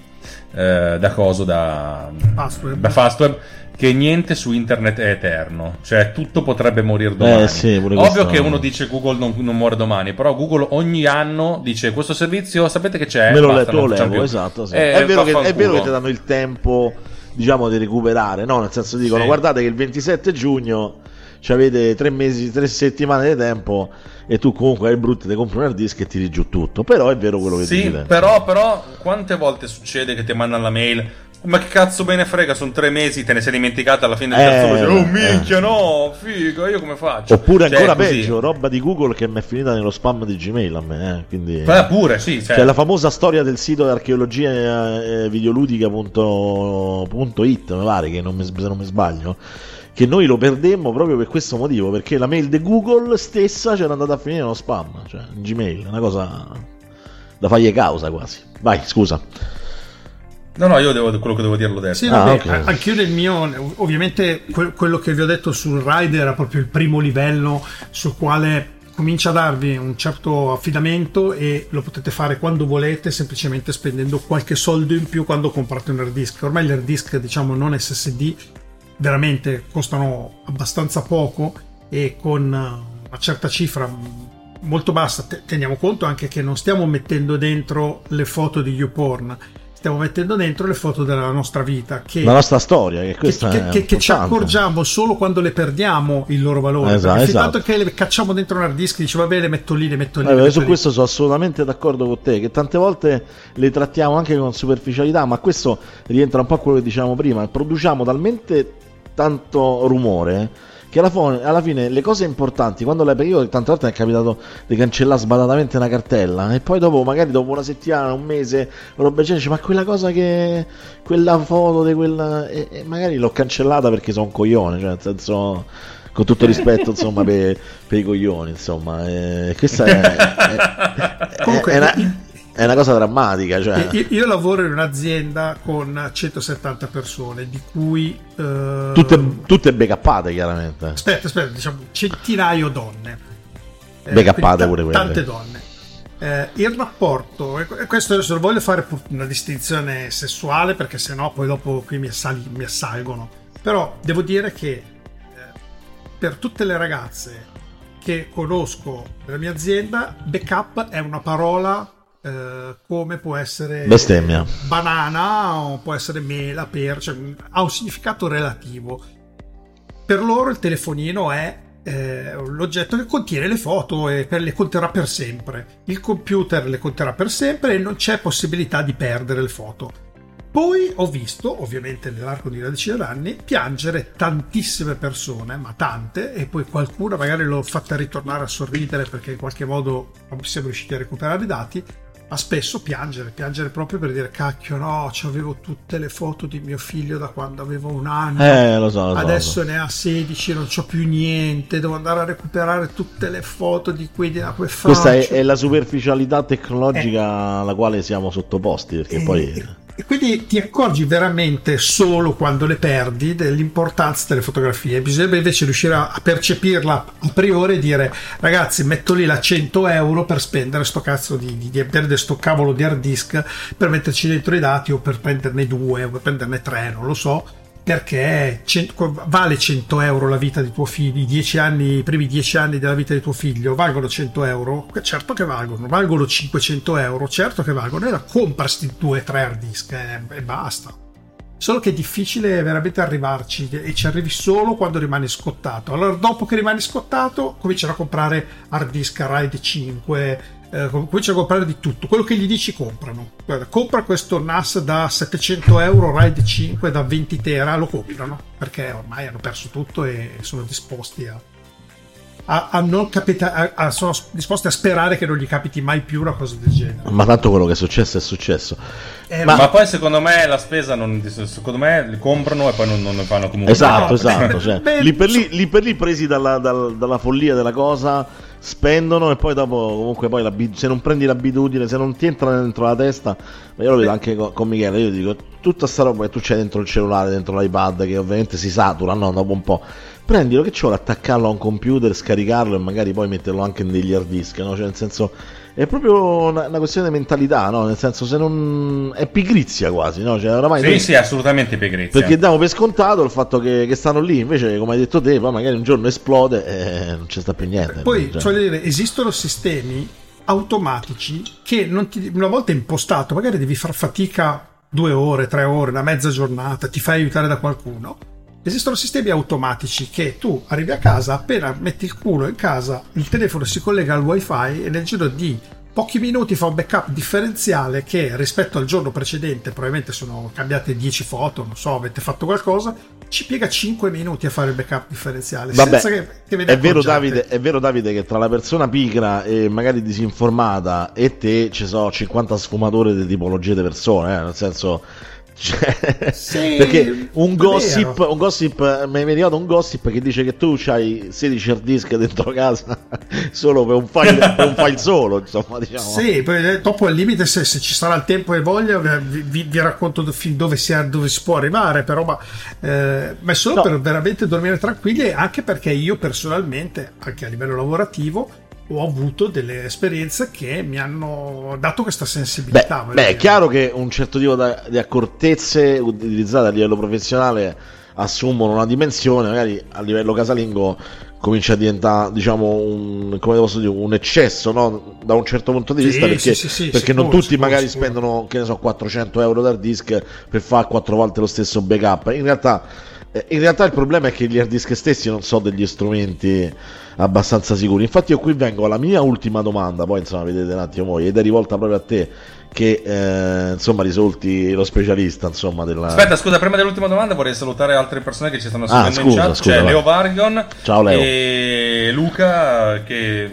Fastweb, che niente su internet è eterno, cioè tutto potrebbe morire domani. Sì, ovvio che uno dice Google non muore domani, però Google ogni anno dice questo servizio sapete che c'è, me lo levo, esatto, sì. È vero che ti danno il tempo, diciamo, di recuperare, no? Nel senso dicono sì, guardate che il 27 giugno avete 3 settimane di tempo e tu comunque hai brutto, ti compri un hard disk e tiri giù tutto. Però è vero quello che dici. Sì, però quante volte succede che ti mandano la mail, ma che cazzo me ne frega, sono 3 mesi, te ne sei dimenticata, alla fine del terzo mese, minchia, no, figa, io come faccio? Oppure ancora peggio, roba di Google che mi è finita nello spam di Gmail a me, quindi pure, sì, c'è la famosa storia del sito archeologia videoludica.it, mi pare, che se non mi sbaglio, che noi lo perdemmo proprio per questo motivo, perché la mail di Google stessa c'era andata a finire nello spam, cioè Gmail, una cosa da fargli causa quasi. Vai, scusa. No, io quello che devo dirlo adesso. Sì, okay. Anch'io nel mio, ovviamente quello che vi ho detto sul RAID era proprio il primo livello sul quale comincia a darvi un certo affidamento e lo potete fare quando volete, semplicemente spendendo qualche soldo in più quando comprate un hard disk. Ormai gli hard disk, diciamo, non SSD, veramente costano abbastanza poco, e con una certa cifra molto bassa. Teniamo conto anche che non stiamo mettendo dentro le foto di YouPorn, stiamo mettendo dentro le foto della nostra vita, la nostra storia, che ci accorgiamo solo quando le perdiamo il loro valore. Esatto. Tanto che le cacciamo dentro un hard disk, dice vabbè, le metto lì. Su questo sono assolutamente d'accordo con te, che tante volte le trattiamo anche con superficialità, ma questo rientra un po' a quello che dicevamo prima, produciamo talmente tanto rumore che alla fine le cose importanti, quando io tante volte mi è capitato di cancellare sbadatamente una cartella e poi magari dopo una settimana, un mese, dice ma quella cosa quella foto di quella, e magari l'ho cancellata perché sono un coglione, cioè nel senso, con tutto rispetto, insomma, per i coglioni, insomma, questa è una cosa drammatica, cioè. Io lavoro in un'azienda con 170 persone, di cui tutte backuppate, chiaramente. Aspetta, diciamo centinaio donne. Backuppate pure quelle. Tante donne. Il rapporto, e questo adesso lo voglio fare una distinzione sessuale, perché sennò poi dopo qui mi assalgono. Però devo dire che per tutte le ragazze che conosco nella mia azienda, backup è una parola come può essere bestemmia, banana, o può essere mela, cioè, ha un significato relativo. Per loro il telefonino è l'oggetto che contiene le foto e le conterrà per sempre. Il computer le conterrà per sempre e non c'è possibilità di perdere le foto. Poi ho visto, ovviamente nell'arco di una decina d'anni, piangere tantissime persone, ma tante, e poi qualcuna magari l'ho fatta ritornare a sorridere perché in qualche modo non siamo riusciti a recuperare i dati, ma spesso piangere proprio per dire cacchio, no, c'avevo tutte le foto di mio figlio da quando avevo 1 anno, lo so. Ne ha 16, non c'ho più niente, devo andare a recuperare tutte le foto di quei faccio. Questa è la superficialità tecnologica alla quale siamo sottoposti, perché poi... E quindi ti accorgi veramente solo quando le perdi dell'importanza delle fotografie. Bisognerebbe invece riuscire a percepirla a priori e dire ragazzi, metto lì la 100 euro per spendere sto cazzo di perdere sto cavolo di hard disk per metterci dentro i dati, o per prenderne 2 o per prenderne 3, non lo so, perché vale 100 euro la vita di tuo figlio, i primi 10 anni della vita di tuo figlio valgono 100 euro? Certo che valgono 500 euro, certo che valgono, e comprasti 2-3 hard disk e basta. Solo che è difficile veramente arrivarci, e ci arrivi solo quando rimani scottato. Allora dopo che rimani scottato cominciano a comprare hard disk RAID 5, cominciano a comprare di tutto, quello che gli dici comprano. Guarda, compra questo NAS da 700 euro RAID 5 da 20 tera, lo comprano perché ormai hanno perso tutto e sono disposti sono disposti a sperare che non gli capiti mai più una cosa del genere. Ma tanto quello che è successo è successo. Ma poi secondo me la spesa secondo me li comprano e poi non ne fanno comunque. Esatto. Cioè, lì per lì presi dalla follia della cosa, spendono, e poi dopo comunque poi se non prendi l'abitudine, se non ti entra dentro la testa, io lo vedo anche con Michele, io dico tutta sta roba che tu c'hai dentro il cellulare, dentro l'iPad, che ovviamente si satura, no, dopo un po'. Prendilo, che ci vuole attaccarlo a un computer, scaricarlo e magari poi metterlo anche in degli hard disk, no? Cioè, nel senso, è proprio una questione di mentalità, no? Nel senso, se non è pigrizia quasi, no? Cioè, oramai sì, assolutamente pigrizia. Perché diamo per scontato il fatto che stanno lì, invece, come hai detto te, poi magari un giorno esplode e non ci sta più niente. Poi, cioè, dire, esistono sistemi automatici che una volta impostato, magari devi far fatica 2 ore, 3 ore, una mezza giornata, ti fai aiutare da qualcuno. Esistono sistemi automatici che tu arrivi a casa, appena metti il culo in casa, il telefono si collega al wifi e nel giro di pochi minuti fa un backup differenziale che rispetto al giorno precedente, probabilmente sono cambiate 10 foto, non so, avete fatto qualcosa, ci piega 5 minuti a fare il backup differenziale. Vabbè, senza che ve ne è vero accorgiate. Davide, che tra la persona pigra e magari disinformata e te ci sono 50 sfumature di tipologie di persone, nel senso... Cioè, sì, perché un gossip mi è arrivato un gossip che dice che tu c'hai 16 hard disk dentro casa solo per un file solo, insomma, diciamo. Sì, poi dopo al limite se ci sarà il tempo e voglia vi racconto fin dove si può arrivare, però ma è solo per veramente dormire tranquilli, e anche perché io personalmente, anche a livello lavorativo, ho avuto delle esperienze che mi hanno dato questa sensibilità. È chiaro che un certo tipo di accortezze utilizzate a livello professionale assumono una dimensione, magari a livello casalingo comincia a diventare, diciamo, un eccesso, no? Da un certo punto di vista, perché non tutti magari spendono, che ne so, 400 euro da hard disk per fare 4 volte lo stesso backup. In realtà il problema è che gli hard disk stessi non sono degli strumenti abbastanza sicuri. Infatti io qui vengo alla mia ultima domanda, poi insomma vedete un attimo voi, ed è rivolta proprio a te, che insomma risulti lo specialista, insomma, della... Aspetta, scusa, prima dell'ultima domanda vorrei salutare altre persone che ci stanno seguendo in chat. C'è Leo Vargon. Ciao Leo. E Luca che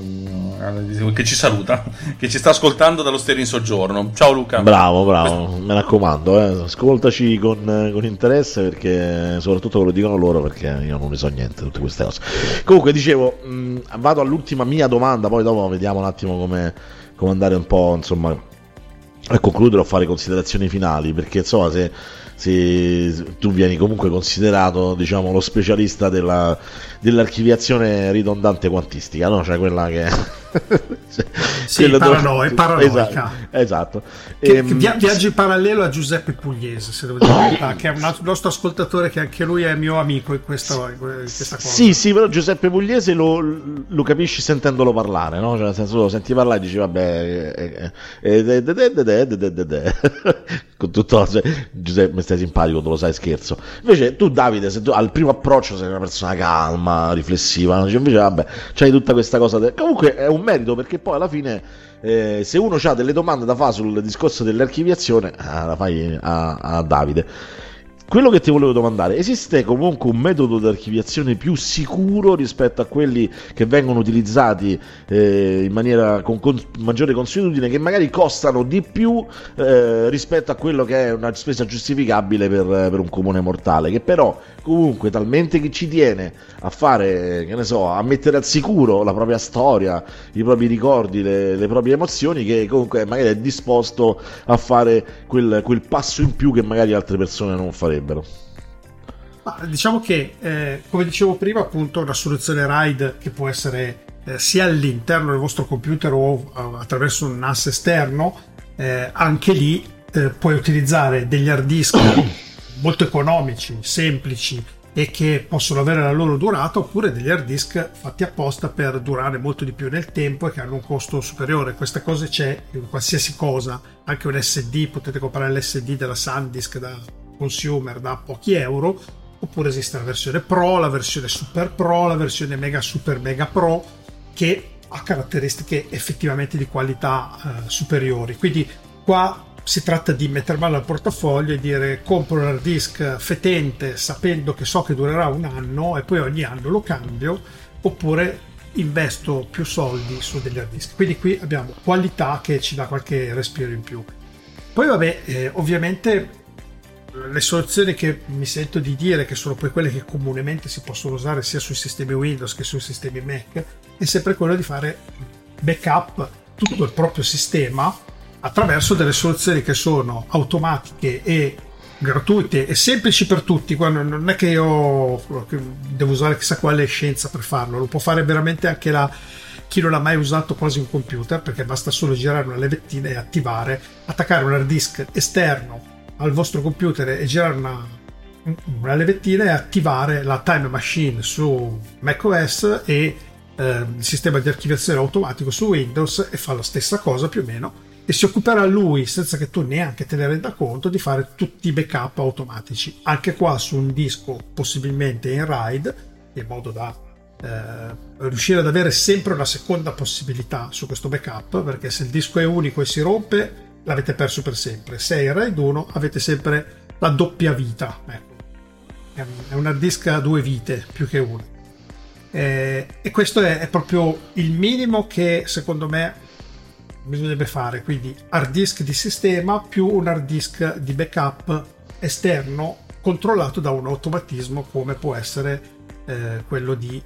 ci saluta, che ci sta ascoltando dallo stereo in soggiorno. Ciao Luca. Bravo, mi raccomando, ascoltaci con interesse, perché soprattutto ve lo dicono loro, perché io non ne so niente, tutte queste cose. Comunque dicevo, vado all'ultima mia domanda, poi dopo vediamo un attimo come andare un po', insomma, a concludere o fare considerazioni finali, perché insomma se tu vieni comunque considerato, diciamo, lo specialista dell'archiviazione ridondante quantistica, no? Cioè quella che sì, paranoica. Esatto. Viaggio in parallelo a Giuseppe Pugliese, se devo dire, che è un nostro ascoltatore, che anche lui è mio amico in questa cosa. Sì, però Giuseppe Pugliese lo capisci sentendolo parlare, no? Cioè, nel senso, lo senti parlare e dici vabbè, con tutto, Giuseppe, mi stai simpatico, tu lo sai, scherzo. Invece tu, Davide, se tu al primo approccio sei una persona calma, riflessiva, no? Invece vabbè, c'hai tutta questa cosa comunque è un merito, perché poi alla fine se uno ha delle domande da fare sul discorso dell'archiviazione, la fai a Davide. Quello che ti volevo domandare: esiste comunque un metodo di archiviazione più sicuro rispetto a quelli che vengono utilizzati in maniera con maggiore consuetudine, che magari costano di più rispetto a quello che è una spesa giustificabile per un comune mortale, che però comunque talmente che ci tiene a fare, che ne so, a mettere al sicuro la propria storia, i propri ricordi, le proprie emozioni, che comunque magari è disposto a fare quel passo in più che magari altre persone non farebbero? Diciamo che, come dicevo prima, appunto, una soluzione RAID che può essere sia all'interno del vostro computer o attraverso un NAS esterno, anche lì puoi utilizzare degli hard disk molto economici, semplici e che possono avere la loro durata, oppure degli hard disk fatti apposta per durare molto di più nel tempo e che hanno un costo superiore. Queste cose c'è in qualsiasi cosa, anche un SD, potete comprare l'SD della SanDisk da consumer da pochi euro, oppure esiste la versione Pro, la versione Super Pro, la versione Mega Super Mega Pro, che ha caratteristiche effettivamente di qualità superiori. Quindi qua si tratta di mettere mano al portafoglio e dire: compro un hard disk fetente sapendo che so che durerà un anno e poi ogni anno lo cambio, oppure investo più soldi su degli hard disk. Quindi qui abbiamo qualità che ci dà qualche respiro in più. Poi vabbè, ovviamente le soluzioni che mi sento di dire, che sono poi quelle che comunemente si possono usare sia sui sistemi Windows che sui sistemi Mac, è sempre quello di fare backup tutto il proprio sistema attraverso delle soluzioni che sono automatiche e gratuite e semplici per tutti. Quando non è che io devo usare chissà quale scienza per farlo, lo può fare veramente anche chi non ha mai usato quasi un computer, perché basta solo girare una levettina e attaccare un hard disk esterno al vostro computer e girare una levettina e attivare la Time Machine su macOS e il sistema di archiviazione automatico su Windows, e fa la stessa cosa più o meno, e si occuperà lui, senza che tu neanche te ne renda conto, di fare tutti i backup automatici, anche qua su un disco possibilmente in RAID, in modo da riuscire ad avere sempre una seconda possibilità su questo backup, perché se il disco è unico e si rompe l'avete perso per sempre. Se è in RAID 1 avete sempre la doppia vita, ecco. È un hard disk a due vite più che una, e questo è proprio il minimo che secondo me bisognerebbe fare. Quindi hard disk di sistema più un hard disk di backup esterno controllato da un automatismo come può essere quello di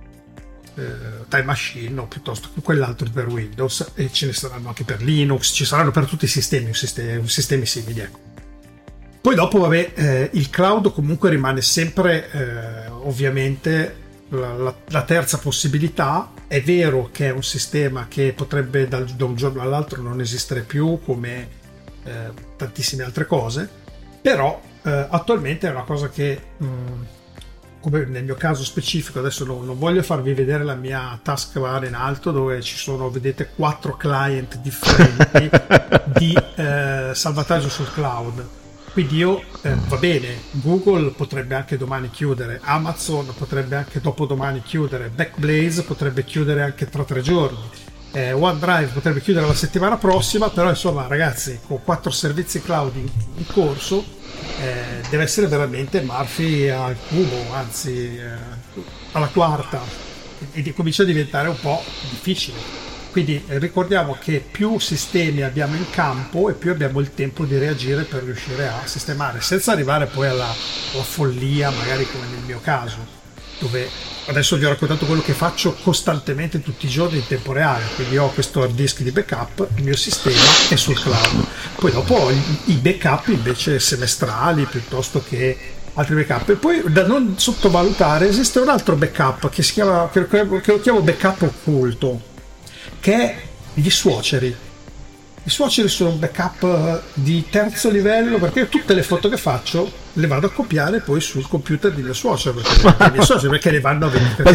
Time Machine, o piuttosto che quell'altro per Windows, e ce ne saranno anche per Linux, ci saranno per tutti i sistemi, sistemi simili, ecco. Poi dopo vabbè, il cloud comunque rimane sempre ovviamente la terza possibilità. È vero che è un sistema che potrebbe da un giorno all'altro non esistere più, come tantissime altre cose, però attualmente è una cosa che come nel mio caso specifico, adesso non voglio farvi vedere la mia taskbar in alto dove ci sono, vedete, 4 client differenti di salvataggio sul cloud. Quindi io, va bene, Google potrebbe anche domani chiudere, Amazon potrebbe anche dopodomani chiudere, Backblaze potrebbe chiudere anche tra 3 giorni, OneDrive potrebbe chiudere la settimana prossima, però insomma ragazzi, con 4 servizi cloud in corso deve essere veramente Murphy al cubo, anzi alla quarta, e comincia a diventare un po' difficile. Quindi ricordiamo che più sistemi abbiamo in campo e più abbiamo il tempo di reagire per riuscire a sistemare, senza arrivare poi alla follia, magari come nel mio caso, dove adesso vi ho raccontato quello che faccio costantemente tutti i giorni in tempo reale. Quindi ho questo hard disk di backup, il mio sistema è sul cloud. Poi dopo ho i backup invece semestrali piuttosto che altri backup. E poi, da non sottovalutare, esiste un altro backup che si chiama, che lo chiamo backup occulto, che è gli suoceri. I suoceri sono un backup di terzo livello, perché io tutte le foto che faccio le vado a copiare poi sul computer di mio suocero, perché le vanno a vedere,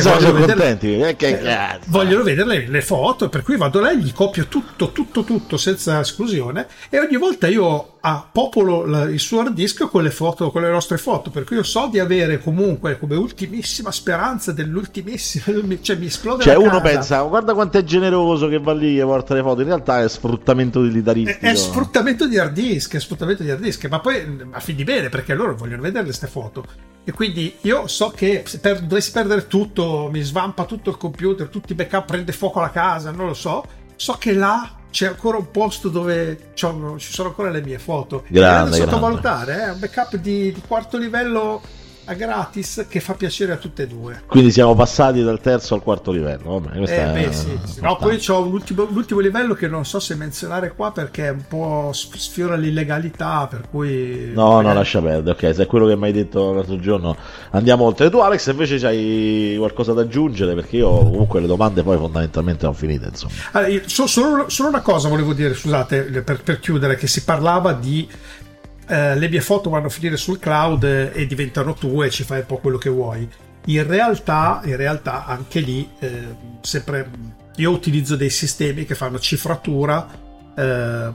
vogliono vedere le foto, per cui vado là e gli copio tutto senza esclusione, e ogni volta io popolo il suo hard disk con le foto, con le nostre foto, per cui io so di avere comunque come ultimissima speranza dell'ultimissima, cioè mi esplode la casa. Uno pensa, guarda quanto è generoso che va lì e porta le foto, in realtà è sfruttamento utilitaristico, è sfruttamento di hard disk, ma poi a fin di bene, perché loro vogliono vedere queste foto, e quindi io so che se dovessi perdere tutto, mi svampa tutto il computer, tutti i backup, prende fuoco la casa, non lo so che là c'è ancora un posto dove ci sono ancora le mie foto. Grande, sottovalutare, un backup di quarto livello a gratis che fa piacere a tutte e due. Quindi siamo passati dal terzo al quarto livello. Vabbè, sì. No, poi c'ho l'ultimo livello che non so se menzionare qua perché è un po' sfiora l'illegalità, per cui no, lascia perdere. Ok, se è quello che mi hai detto l'altro giorno andiamo oltre. Tu Alex invece c'hai qualcosa da aggiungere, perché io comunque le domande poi fondamentalmente ho finite, insomma. Allora, solo una cosa volevo dire, scusate, per chiudere, che si parlava di le mie foto vanno a finire sul cloud e diventano tue e ci fai un po' quello che vuoi. In realtà anche lì sempre io utilizzo dei sistemi che fanno cifratura. Le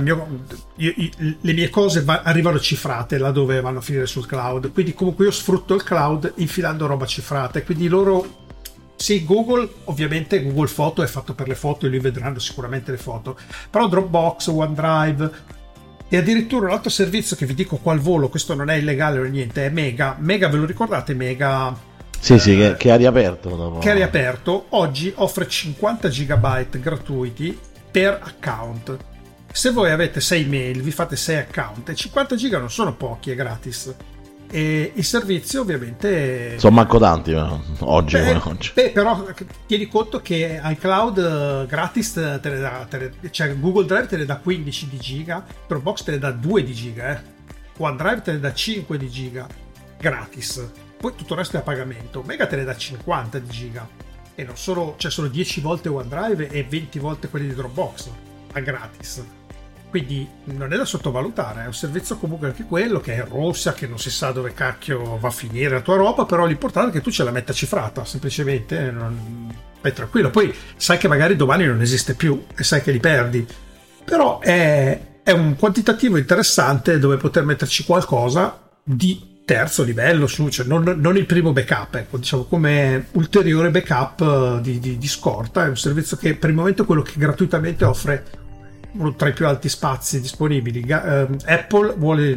mie cose arrivano cifrate là dove vanno a finire sul cloud, quindi comunque io sfrutto il cloud infilando roba cifrata, e quindi loro sì, Google, ovviamente Google Foto è fatto per le foto e lì vedranno sicuramente le foto, però Dropbox, OneDrive e addirittura un altro servizio che vi dico qua al volo, questo non è illegale o niente, è Mega, ve lo ricordate Mega? Sì, che ha riaperto dopo. Che ha riaperto, oggi offre 50 GB gratuiti per account. Se voi avete 6 mail, vi fate 6 account e 50 giga non sono pochi, è gratis. E il servizio ovviamente sono manco tanti oggi. Però tieni conto che iCloud gratis te ne dà, cioè Google Drive te ne dà 15 di giga, Dropbox te ne dà 2 di giga, OneDrive te ne dà 5 di giga gratis, poi tutto il resto è a pagamento. Mega te ne dà 50 di giga e non solo, cioè sono 10 volte OneDrive e 20 volte quelli di Dropbox a gratis. Quindi non è da sottovalutare, è un servizio comunque anche quello che è in Russia, che non si sa dove cacchio va a finire la tua roba, però l'importante è che tu ce la metta cifrata, semplicemente vai tranquillo. Poi sai che magari domani non esiste più e sai che li perdi, però è un quantitativo interessante dove poter metterci qualcosa di terzo livello su, cioè non il primo backup, ecco, diciamo come ulteriore backup di scorta. È un servizio che per il momento è quello che gratuitamente offre uno tra i più alti spazi disponibili. Apple vuole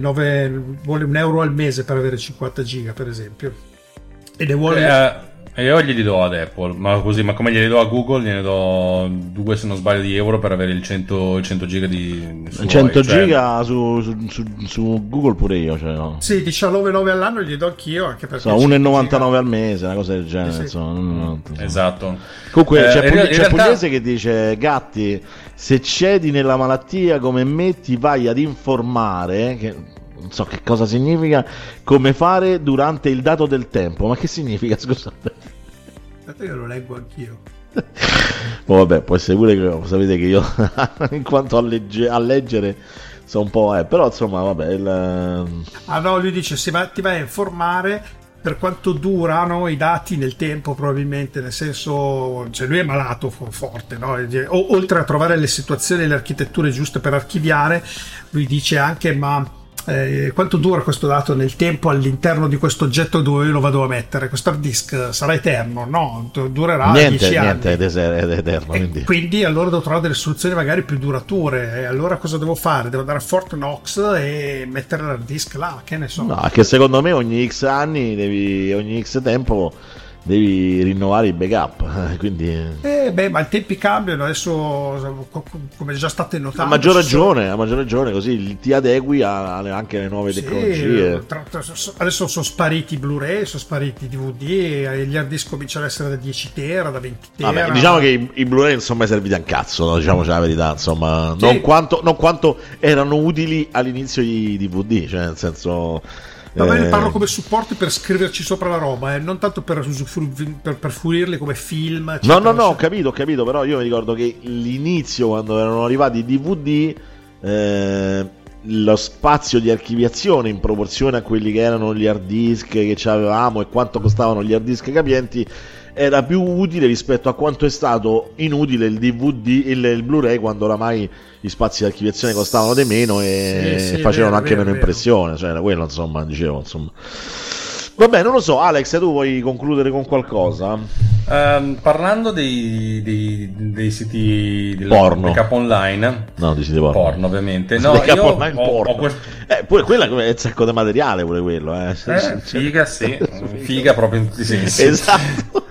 €1 al mese per avere 50 giga per esempio, e ne vuole e io glieli do ad Apple, ma come glieli do a Google, gliene do 2 se non sbaglio di euro per avere il 100 giga di 100 giga su Google pure io, cioè, no? Sì, 19,9 all'anno gli do anch'io, anche perché 1,99 al mese, una cosa del genere, sì. Insomma, esatto. Comunque c'è Pugliese che dice: Gatti, se cedi nella malattia come me ti vai ad informare, che non so che cosa significa, come fare durante il dato del tempo. Ma che significa, scusate? Io lo leggo anch'io. Vabbè, può essere pure che sapete che io in quanto a leggere so un po', però insomma vabbè no, lui dice ti vai a informare per quanto durano i dati nel tempo, probabilmente, nel senso, cioè lui è malato forte, no? Oltre a trovare le situazioni e le architetture giuste per archiviare, lui dice anche quanto dura questo dato nel tempo all'interno di questo oggetto dove io lo vado a mettere. Questo hard disk sarà eterno? No, durerà 10 anni. Niente è eterno. Quindi allora devo trovare delle soluzioni magari più durature. E allora cosa devo fare? Devo andare a Fort Knox e mettere l'hard disk là, che ne so. No, che secondo me ogni X anni ogni X tempo devi rinnovare i backup, quindi ma i tempi cambiano adesso, come è già stato notato. A maggior ragione così ti adegui anche alle nuove tecnologie. Adesso sono spariti i Blu-ray, sono spariti i DVD, e gli hard disk cominciano ad essere da 10 tera, da 20 tera. Vabbè, diciamo che i Blu-ray non sono mai serviti a un cazzo, no? Diciamoci la verità, insomma, sì. non quanto erano utili all'inizio i DVD, cioè nel senso. Ma ne parlo come supporti per scriverci sopra la roba, non tanto per fruirli come film, eccetera. No, ho capito, però io mi ricordo che l'inizio, quando erano arrivati i DVD, lo spazio di archiviazione in proporzione a quelli che erano gli hard disk che avevamo e quanto costavano gli hard disk capienti era più utile rispetto a quanto è stato inutile il DVD, il Blu-ray, quando oramai gli spazi di archiviazione costavano di meno e facevano anche meno impressione, cioè era quello, insomma, dicevo, insomma. Vabbè, non lo so, Alex, tu vuoi concludere con qualcosa? Parlando dei siti del porno, backup online, no, di siti porno ovviamente, no, io porno. Pure quella è un sacco di materiale, pure quello, figa, sì, figa proprio in tutti i sensi. Esatto.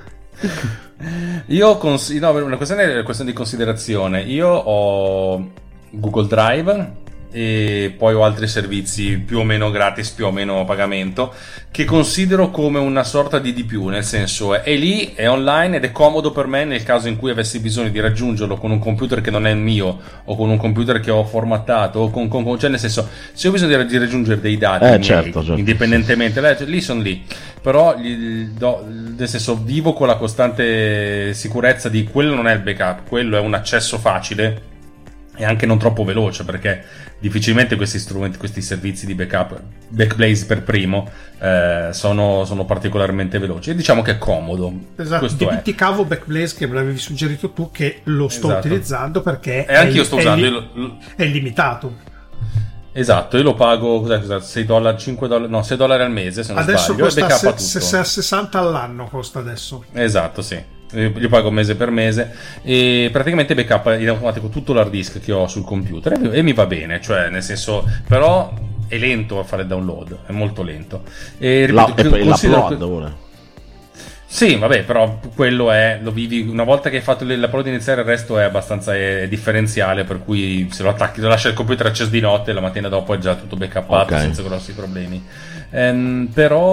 Una questione di considerazione. Io ho Google Drive e poi ho altri servizi più o meno gratis, più o meno a pagamento, che considero come una sorta di più, nel senso è lì, è online ed è comodo per me nel caso in cui avessi bisogno di raggiungerlo con un computer che non è il mio o con un computer che ho formattato o cioè nel senso, se ho bisogno di raggiungere dei dati certo. Indipendentemente, lì sono lì, però nel senso vivo con la costante sicurezza di quello non è il backup, quello è un accesso facile e anche non troppo veloce, perché difficilmente questi strumenti, questi servizi di backup, Backblaze per primo, sono particolarmente veloci, e diciamo che è comodo. Esatto, dimenticavo Backblaze, che me l'avevi suggerito tu, che lo sto utilizzando perché e anche io sto usando, è limitato. Esatto, io lo pago $6, $5, no, $6 al mese, se non adesso sbaglio. Costa tutto. 60 all'anno costa adesso. Esatto, sì. Io pago mese per mese e praticamente backup in automatico tutto l'hard disk che ho sul computer e mi va bene, cioè nel senso, però è lento a fare il download, è molto lento. E ripeto, l'upload ora. Sì, vabbè, però quello lo vivi una volta che hai fatto l'upload iniziale, il resto è abbastanza differenziale, per cui se lo attacchi, lo lascia il computer acceso di notte, la mattina dopo è già tutto backupato, senza grossi problemi. Però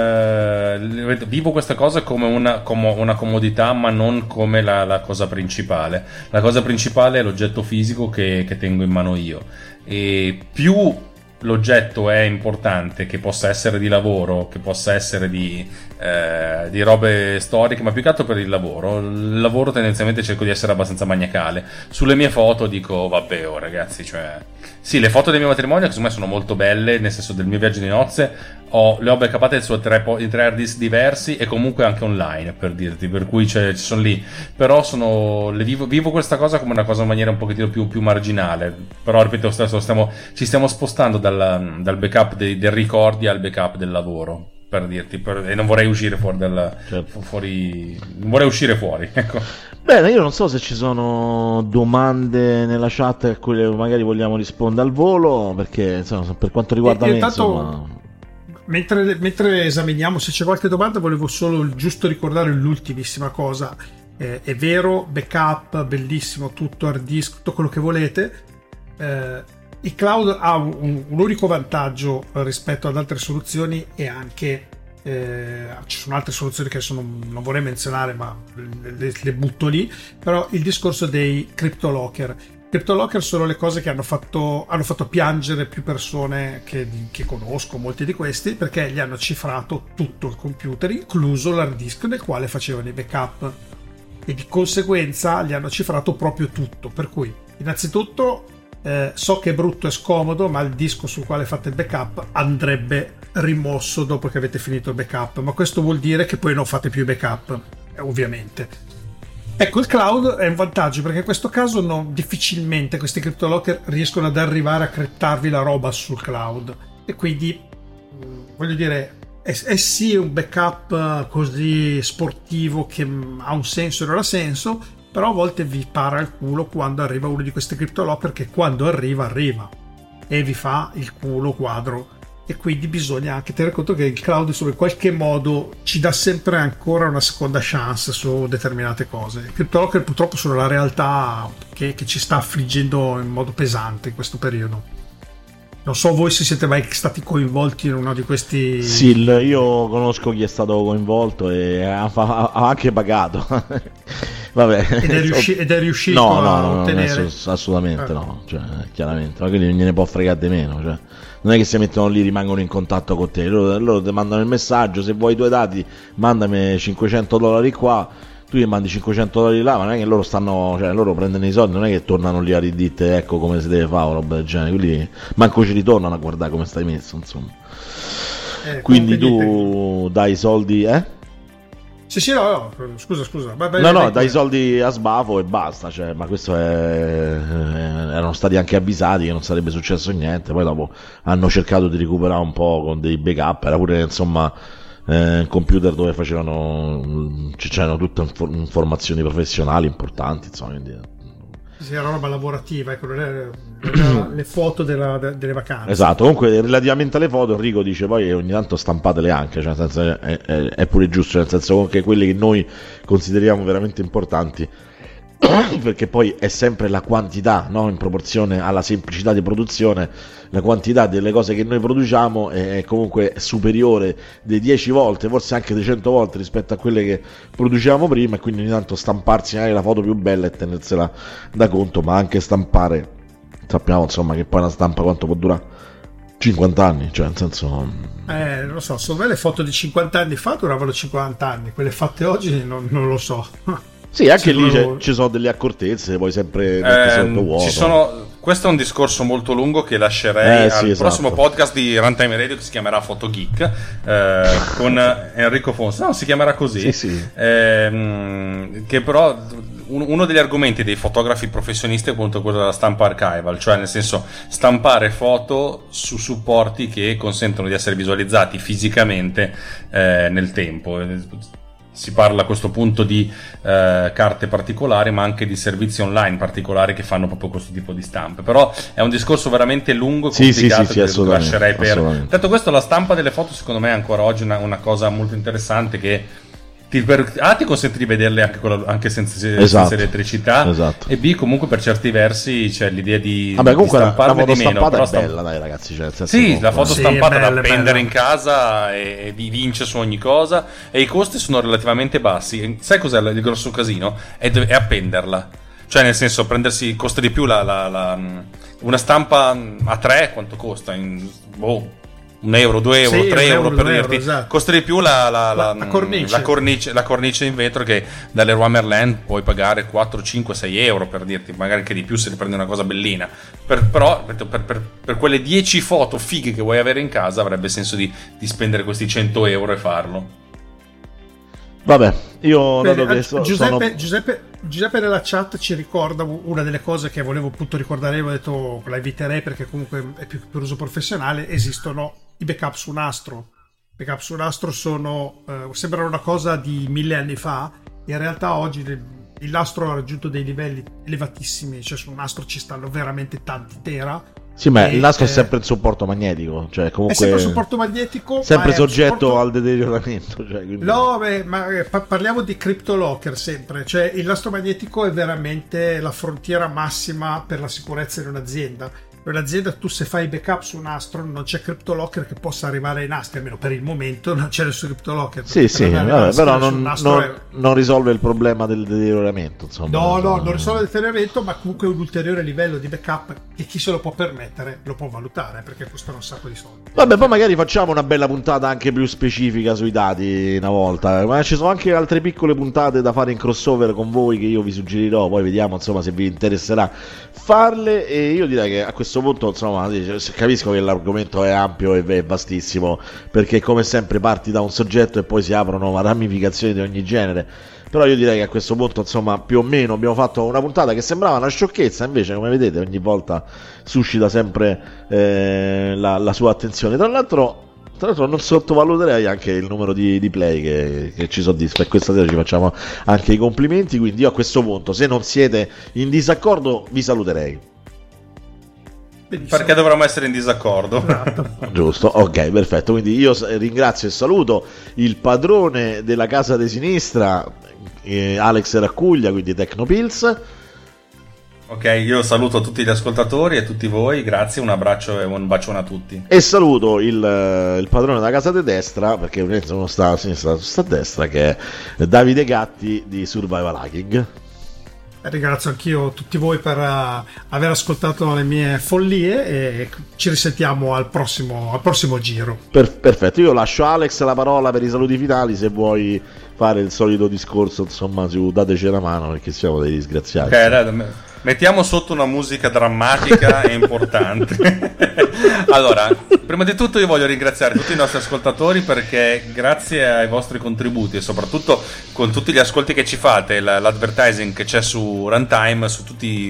vivo questa cosa come una comodità, ma non come la cosa principale. La cosa principale è l'oggetto fisico che tengo in mano io, e più l'oggetto è importante, che possa essere di lavoro, che possa essere di robe storiche, ma più che altro per il lavoro tendenzialmente cerco di essere abbastanza maniacale. Sulle mie foto dico vabbè, ragazzi, cioè sì, le foto del mio matrimonio che secondo me sono molto belle, nel senso del mio viaggio di nozze le ho backupate su tre hard disk diversi e comunque anche online, per dirti, per cui ci sono lì, però vivo questa cosa come una cosa in maniera un pochettino più marginale. Però ripeto, ci stiamo spostando dal backup del ricordi al backup del lavoro, per dirti, e non vorrei uscire fuori non vorrei uscire fuori, ecco. Bene, io non so se ci sono domande nella chat a cui magari vogliamo rispondere al volo, perché insomma, per quanto riguarda me, insomma... Mentre esaminiamo se c'è qualche domanda, volevo solo giusto ricordare l'ultimissima cosa. È vero, backup, bellissimo, tutto hard disk, tutto quello che volete. Il cloud ha un unico vantaggio rispetto ad altre soluzioni, e anche ci sono altre soluzioni che non vorrei menzionare, ma le butto lì. Però il discorso dei CryptoLocker sono le cose che hanno fatto piangere più persone che conosco, molti di questi, perché gli hanno cifrato tutto il computer, incluso l'hard disk nel quale facevano i backup, e di conseguenza gli hanno cifrato proprio tutto. Per cui innanzitutto so che è brutto e scomodo, ma il disco sul quale fate il backup andrebbe rimosso dopo che avete finito il backup, ma questo vuol dire che poi non fate più backup, ovviamente. Ecco, il cloud è un vantaggio, perché in questo caso difficilmente questi CryptoLocker riescono ad arrivare a criptarvi la roba sul cloud, e quindi voglio dire, è sì un backup così sportivo che ha un senso e non ha senso, però a volte vi para il culo quando arriva uno di questi CryptoLocker, che quando arriva e vi fa il culo quadro. E quindi bisogna anche tenere conto che il cloud, insomma, in qualche modo ci dà sempre ancora una seconda chance su determinate cose. Il CryptoLocker purtroppo sono la realtà che ci sta affliggendo in modo pesante in questo periodo. Non so voi se siete mai stati coinvolti in uno di questi. Sì, io conosco chi è stato coinvolto e ha anche pagato. Vabbè. Ed è riuscito a ottenere? Assolutamente no, cioè, chiaramente, ma quindi non gliene può fregare di meno, cioè. Non è che si mettono lì, rimangono in contatto con te, loro ti mandano il messaggio: se vuoi i tuoi dati mandami $500 qua, tu gli mandi $500 là, ma non è che loro loro prendono i soldi, non è che tornano lì a ridite, ecco come si deve fare o roba del genere, quindi manco ci ritornano a guardare come stai messo, insomma. Quindi tu dai i soldi, Sì, no, scusa. Dai soldi a sbafo e basta, cioè, ma questo erano stati anche avvisati che non sarebbe successo niente, poi dopo hanno cercato di recuperare un po' con dei backup, era pure insomma un computer dove c'erano tutte informazioni professionali importanti, insomma, quindi... Sì, era roba lavorativa, ecco, non era le foto delle vacanze. Esatto, comunque relativamente alle foto Enrico dice poi ogni tanto stampatele anche, cioè nel senso è pure giusto, nel senso che quelle che noi consideriamo veramente importanti, perché poi è sempre la quantità, no? In proporzione alla semplicità di produzione, la quantità delle cose che noi produciamo è comunque superiore di 10 volte, forse anche di 100 volte rispetto a quelle che producevamo prima, e quindi ogni tanto stamparsi magari la foto più bella e tenersela da conto, ma anche stampare, sappiamo insomma che poi una stampa quanto può durare? 50 anni, cioè nel senso... non lo so, secondo me le foto di 50 anni fa duravano 50 anni, quelle fatte oggi non lo so. Sì, anche lì ci sono delle accortezze, poi sempre sotto vuoto. Questo è un discorso molto lungo che lascerei al prossimo esatto. podcast di Runtime Radio, che si chiamerà Fotogeek, con Enrico Fonso. No, si chiamerà così. Sì. Che però uno degli argomenti dei fotografi professionisti è appunto quello della stampa archival, cioè nel senso stampare foto su supporti che consentono di essere visualizzati fisicamente nel tempo. Si parla a questo punto di carte particolari, ma anche di servizi online particolari che fanno proprio questo tipo di stampe. Però è un discorso veramente lungo e complicato che lascerei per... Detto questo, la stampa delle foto secondo me è ancora oggi una cosa molto interessante che ti consente di vederle anche senza elettricità, esatto. E B, comunque per certi versi c'è l'idea di comunque di stamparle la foto di meno, stampata però è bella, dai ragazzi, cioè, sì, la foto stampata bella, da appendere in casa e vi vince su ogni cosa, e i costi sono relativamente bassi. Sai cos'è il grosso casino? È appenderla, cioè nel senso costa di più una stampa A3 quanto costa? €1, €2, sì, €3 per dirti, esatto. costa di più la cornice in vetro, che dalle Leroy Merlin puoi pagare 4, 5, €6 per dirti, magari anche di più se prendi una cosa bellina. Però per quelle 10 foto fighe che vuoi avere in casa avrebbe senso di spendere questi €100 e farlo. Vabbè, io Giuseppe nella chat ci ricorda una delle cose che volevo appunto ricordare. Io ho detto la eviterei perché comunque è più per uso professionale. Esistono i backup su nastro. I backup su nastro sembrano una cosa di 1000 anni fa. In realtà oggi il nastro ha raggiunto dei livelli elevatissimi, cioè su un nastro ci stanno veramente tanti tera. Sì, ma il nastro è sempre il supporto magnetico, cioè comunque è sempre il supporto magnetico, sempre soggetto al deterioramento, cioè, quindi... No, parliamo di CryptoLocker sempre, cioè il nastro magnetico è veramente la frontiera massima per la sicurezza in un'azienda. In un'azienda, tu se fai backup su un nastro non c'è CryptoLocker che possa arrivare ai nastri, almeno per il momento non c'è nessun CryptoLocker. Sì, però non risolve il problema del deterioramento, insomma. No, non risolve il deterioramento, ma comunque un ulteriore livello di backup che chi se lo può permettere lo può valutare, perché costano un sacco di soldi. Vabbè, poi magari facciamo una bella puntata anche più specifica sui dati una volta, ma ci sono anche altre piccole puntate da fare in crossover con voi che io vi suggerirò, poi vediamo insomma se vi interesserà farle. E io direi che a questo punto insomma capisco che l'argomento è ampio e è vastissimo, perché come sempre parti da un soggetto e poi si aprono ramificazioni di ogni genere, però io direi che a questo punto insomma più o meno abbiamo fatto una puntata che sembrava una sciocchezza, invece come vedete ogni volta suscita sempre la sua attenzione. Tra l'altro non sottovaluterei anche il numero di play che ci soddisfa, e questa sera ci facciamo anche i complimenti, quindi io a questo punto, se non siete in disaccordo, vi saluterei. Benissimo. Perché dovremmo essere in disaccordo? Giusto, ok, perfetto. Quindi io ringrazio e saluto il padrone della casa di sinistra, Alex Raccuglia, quindi Tecnopills. Ok, io saluto tutti gli ascoltatori e tutti voi, grazie, un abbraccio e un bacione a tutti. E saluto il padrone della casa di destra, perché uno sta a sinistra, sta a destra, che è Davide Gatti di Survival Hacking. Ringrazio anch'io tutti voi per aver ascoltato le mie follie e ci risentiamo al prossimo giro. Perfetto, io lascio a Alex la parola per i saluti finali, se vuoi fare il solito discorso insomma su dateci una mano, perché siamo dei disgraziati. Ok, dai, mettiamo sotto una musica drammatica e importante. Allora, prima di tutto io voglio ringraziare tutti i nostri ascoltatori, perché grazie ai vostri contributi e soprattutto con tutti gli ascolti che ci fate, l'advertising che c'è su Runtime, su tutti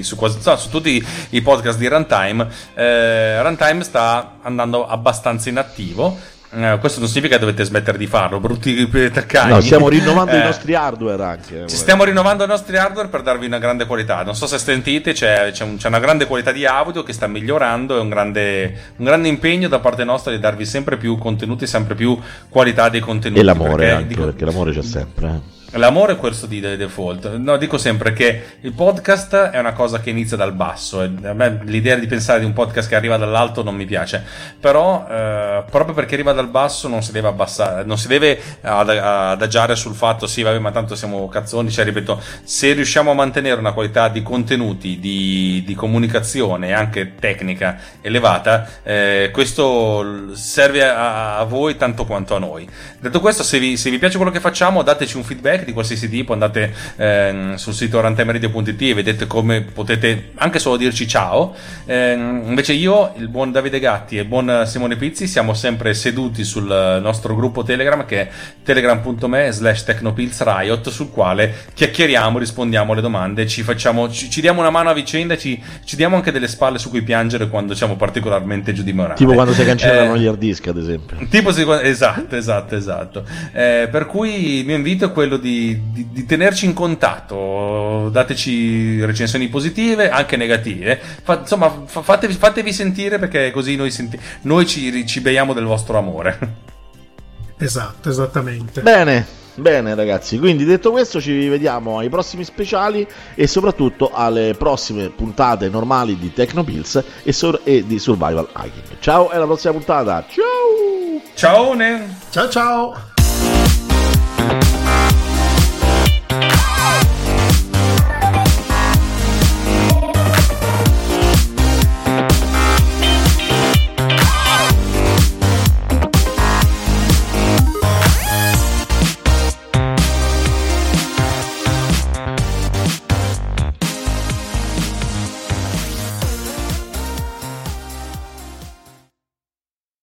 i podcast di Runtime, Runtime sta andando abbastanza inattivo. Questo non significa che dovete smettere di farlo, brutti taccagni. No, stiamo rinnovando i nostri hardware anche. Stiamo rinnovando i nostri hardware per darvi una grande qualità. Non so se sentite, c'è una grande qualità di audio che sta migliorando, e un grande impegno da parte nostra di darvi sempre più contenuti, sempre più qualità dei contenuti. E l'amore, perché l'amore c'è sempre. L'amore è questo di default. No, dico sempre che il podcast è una cosa che inizia dal basso, e a me l'idea di pensare di un podcast che arriva dall'alto non mi piace, però proprio perché arriva dal basso non si deve abbassare, non si deve adagiare sul fatto sì vabbè ma tanto siamo cazzoni, cioè ripeto, se riusciamo a mantenere una qualità di contenuti, di comunicazione e anche tecnica elevata, questo serve a voi tanto quanto a noi. Detto questo, se vi piace quello che facciamo, dateci un feedback, di qualsiasi tipo, andate sul sito runtimeradio.it e vedete come potete anche solo dirci ciao. Invece io, il buon Davide Gatti e il buon Simone Pizzi siamo sempre seduti sul nostro gruppo Telegram, che è telegram.me/technopillsriot, sul quale chiacchieriamo, rispondiamo alle domande, ci diamo una mano a vicenda, ci diamo anche delle spalle su cui piangere quando siamo particolarmente giù di morale, tipo quando si cancellano gli hard disk, ad esempio. Esatto. Per cui il mio invito è quello di tenerci in contatto, dateci recensioni positive, anche negative, fatevi sentire, perché così noi ci beiamo del vostro amore. Esatto, esattamente. Bene ragazzi, quindi detto questo ci vediamo ai prossimi speciali e soprattutto alle prossime puntate normali di Tecnopills e di Survival Hacking. Ciao, e alla prossima puntata. Ciao! Ciao! Ciao!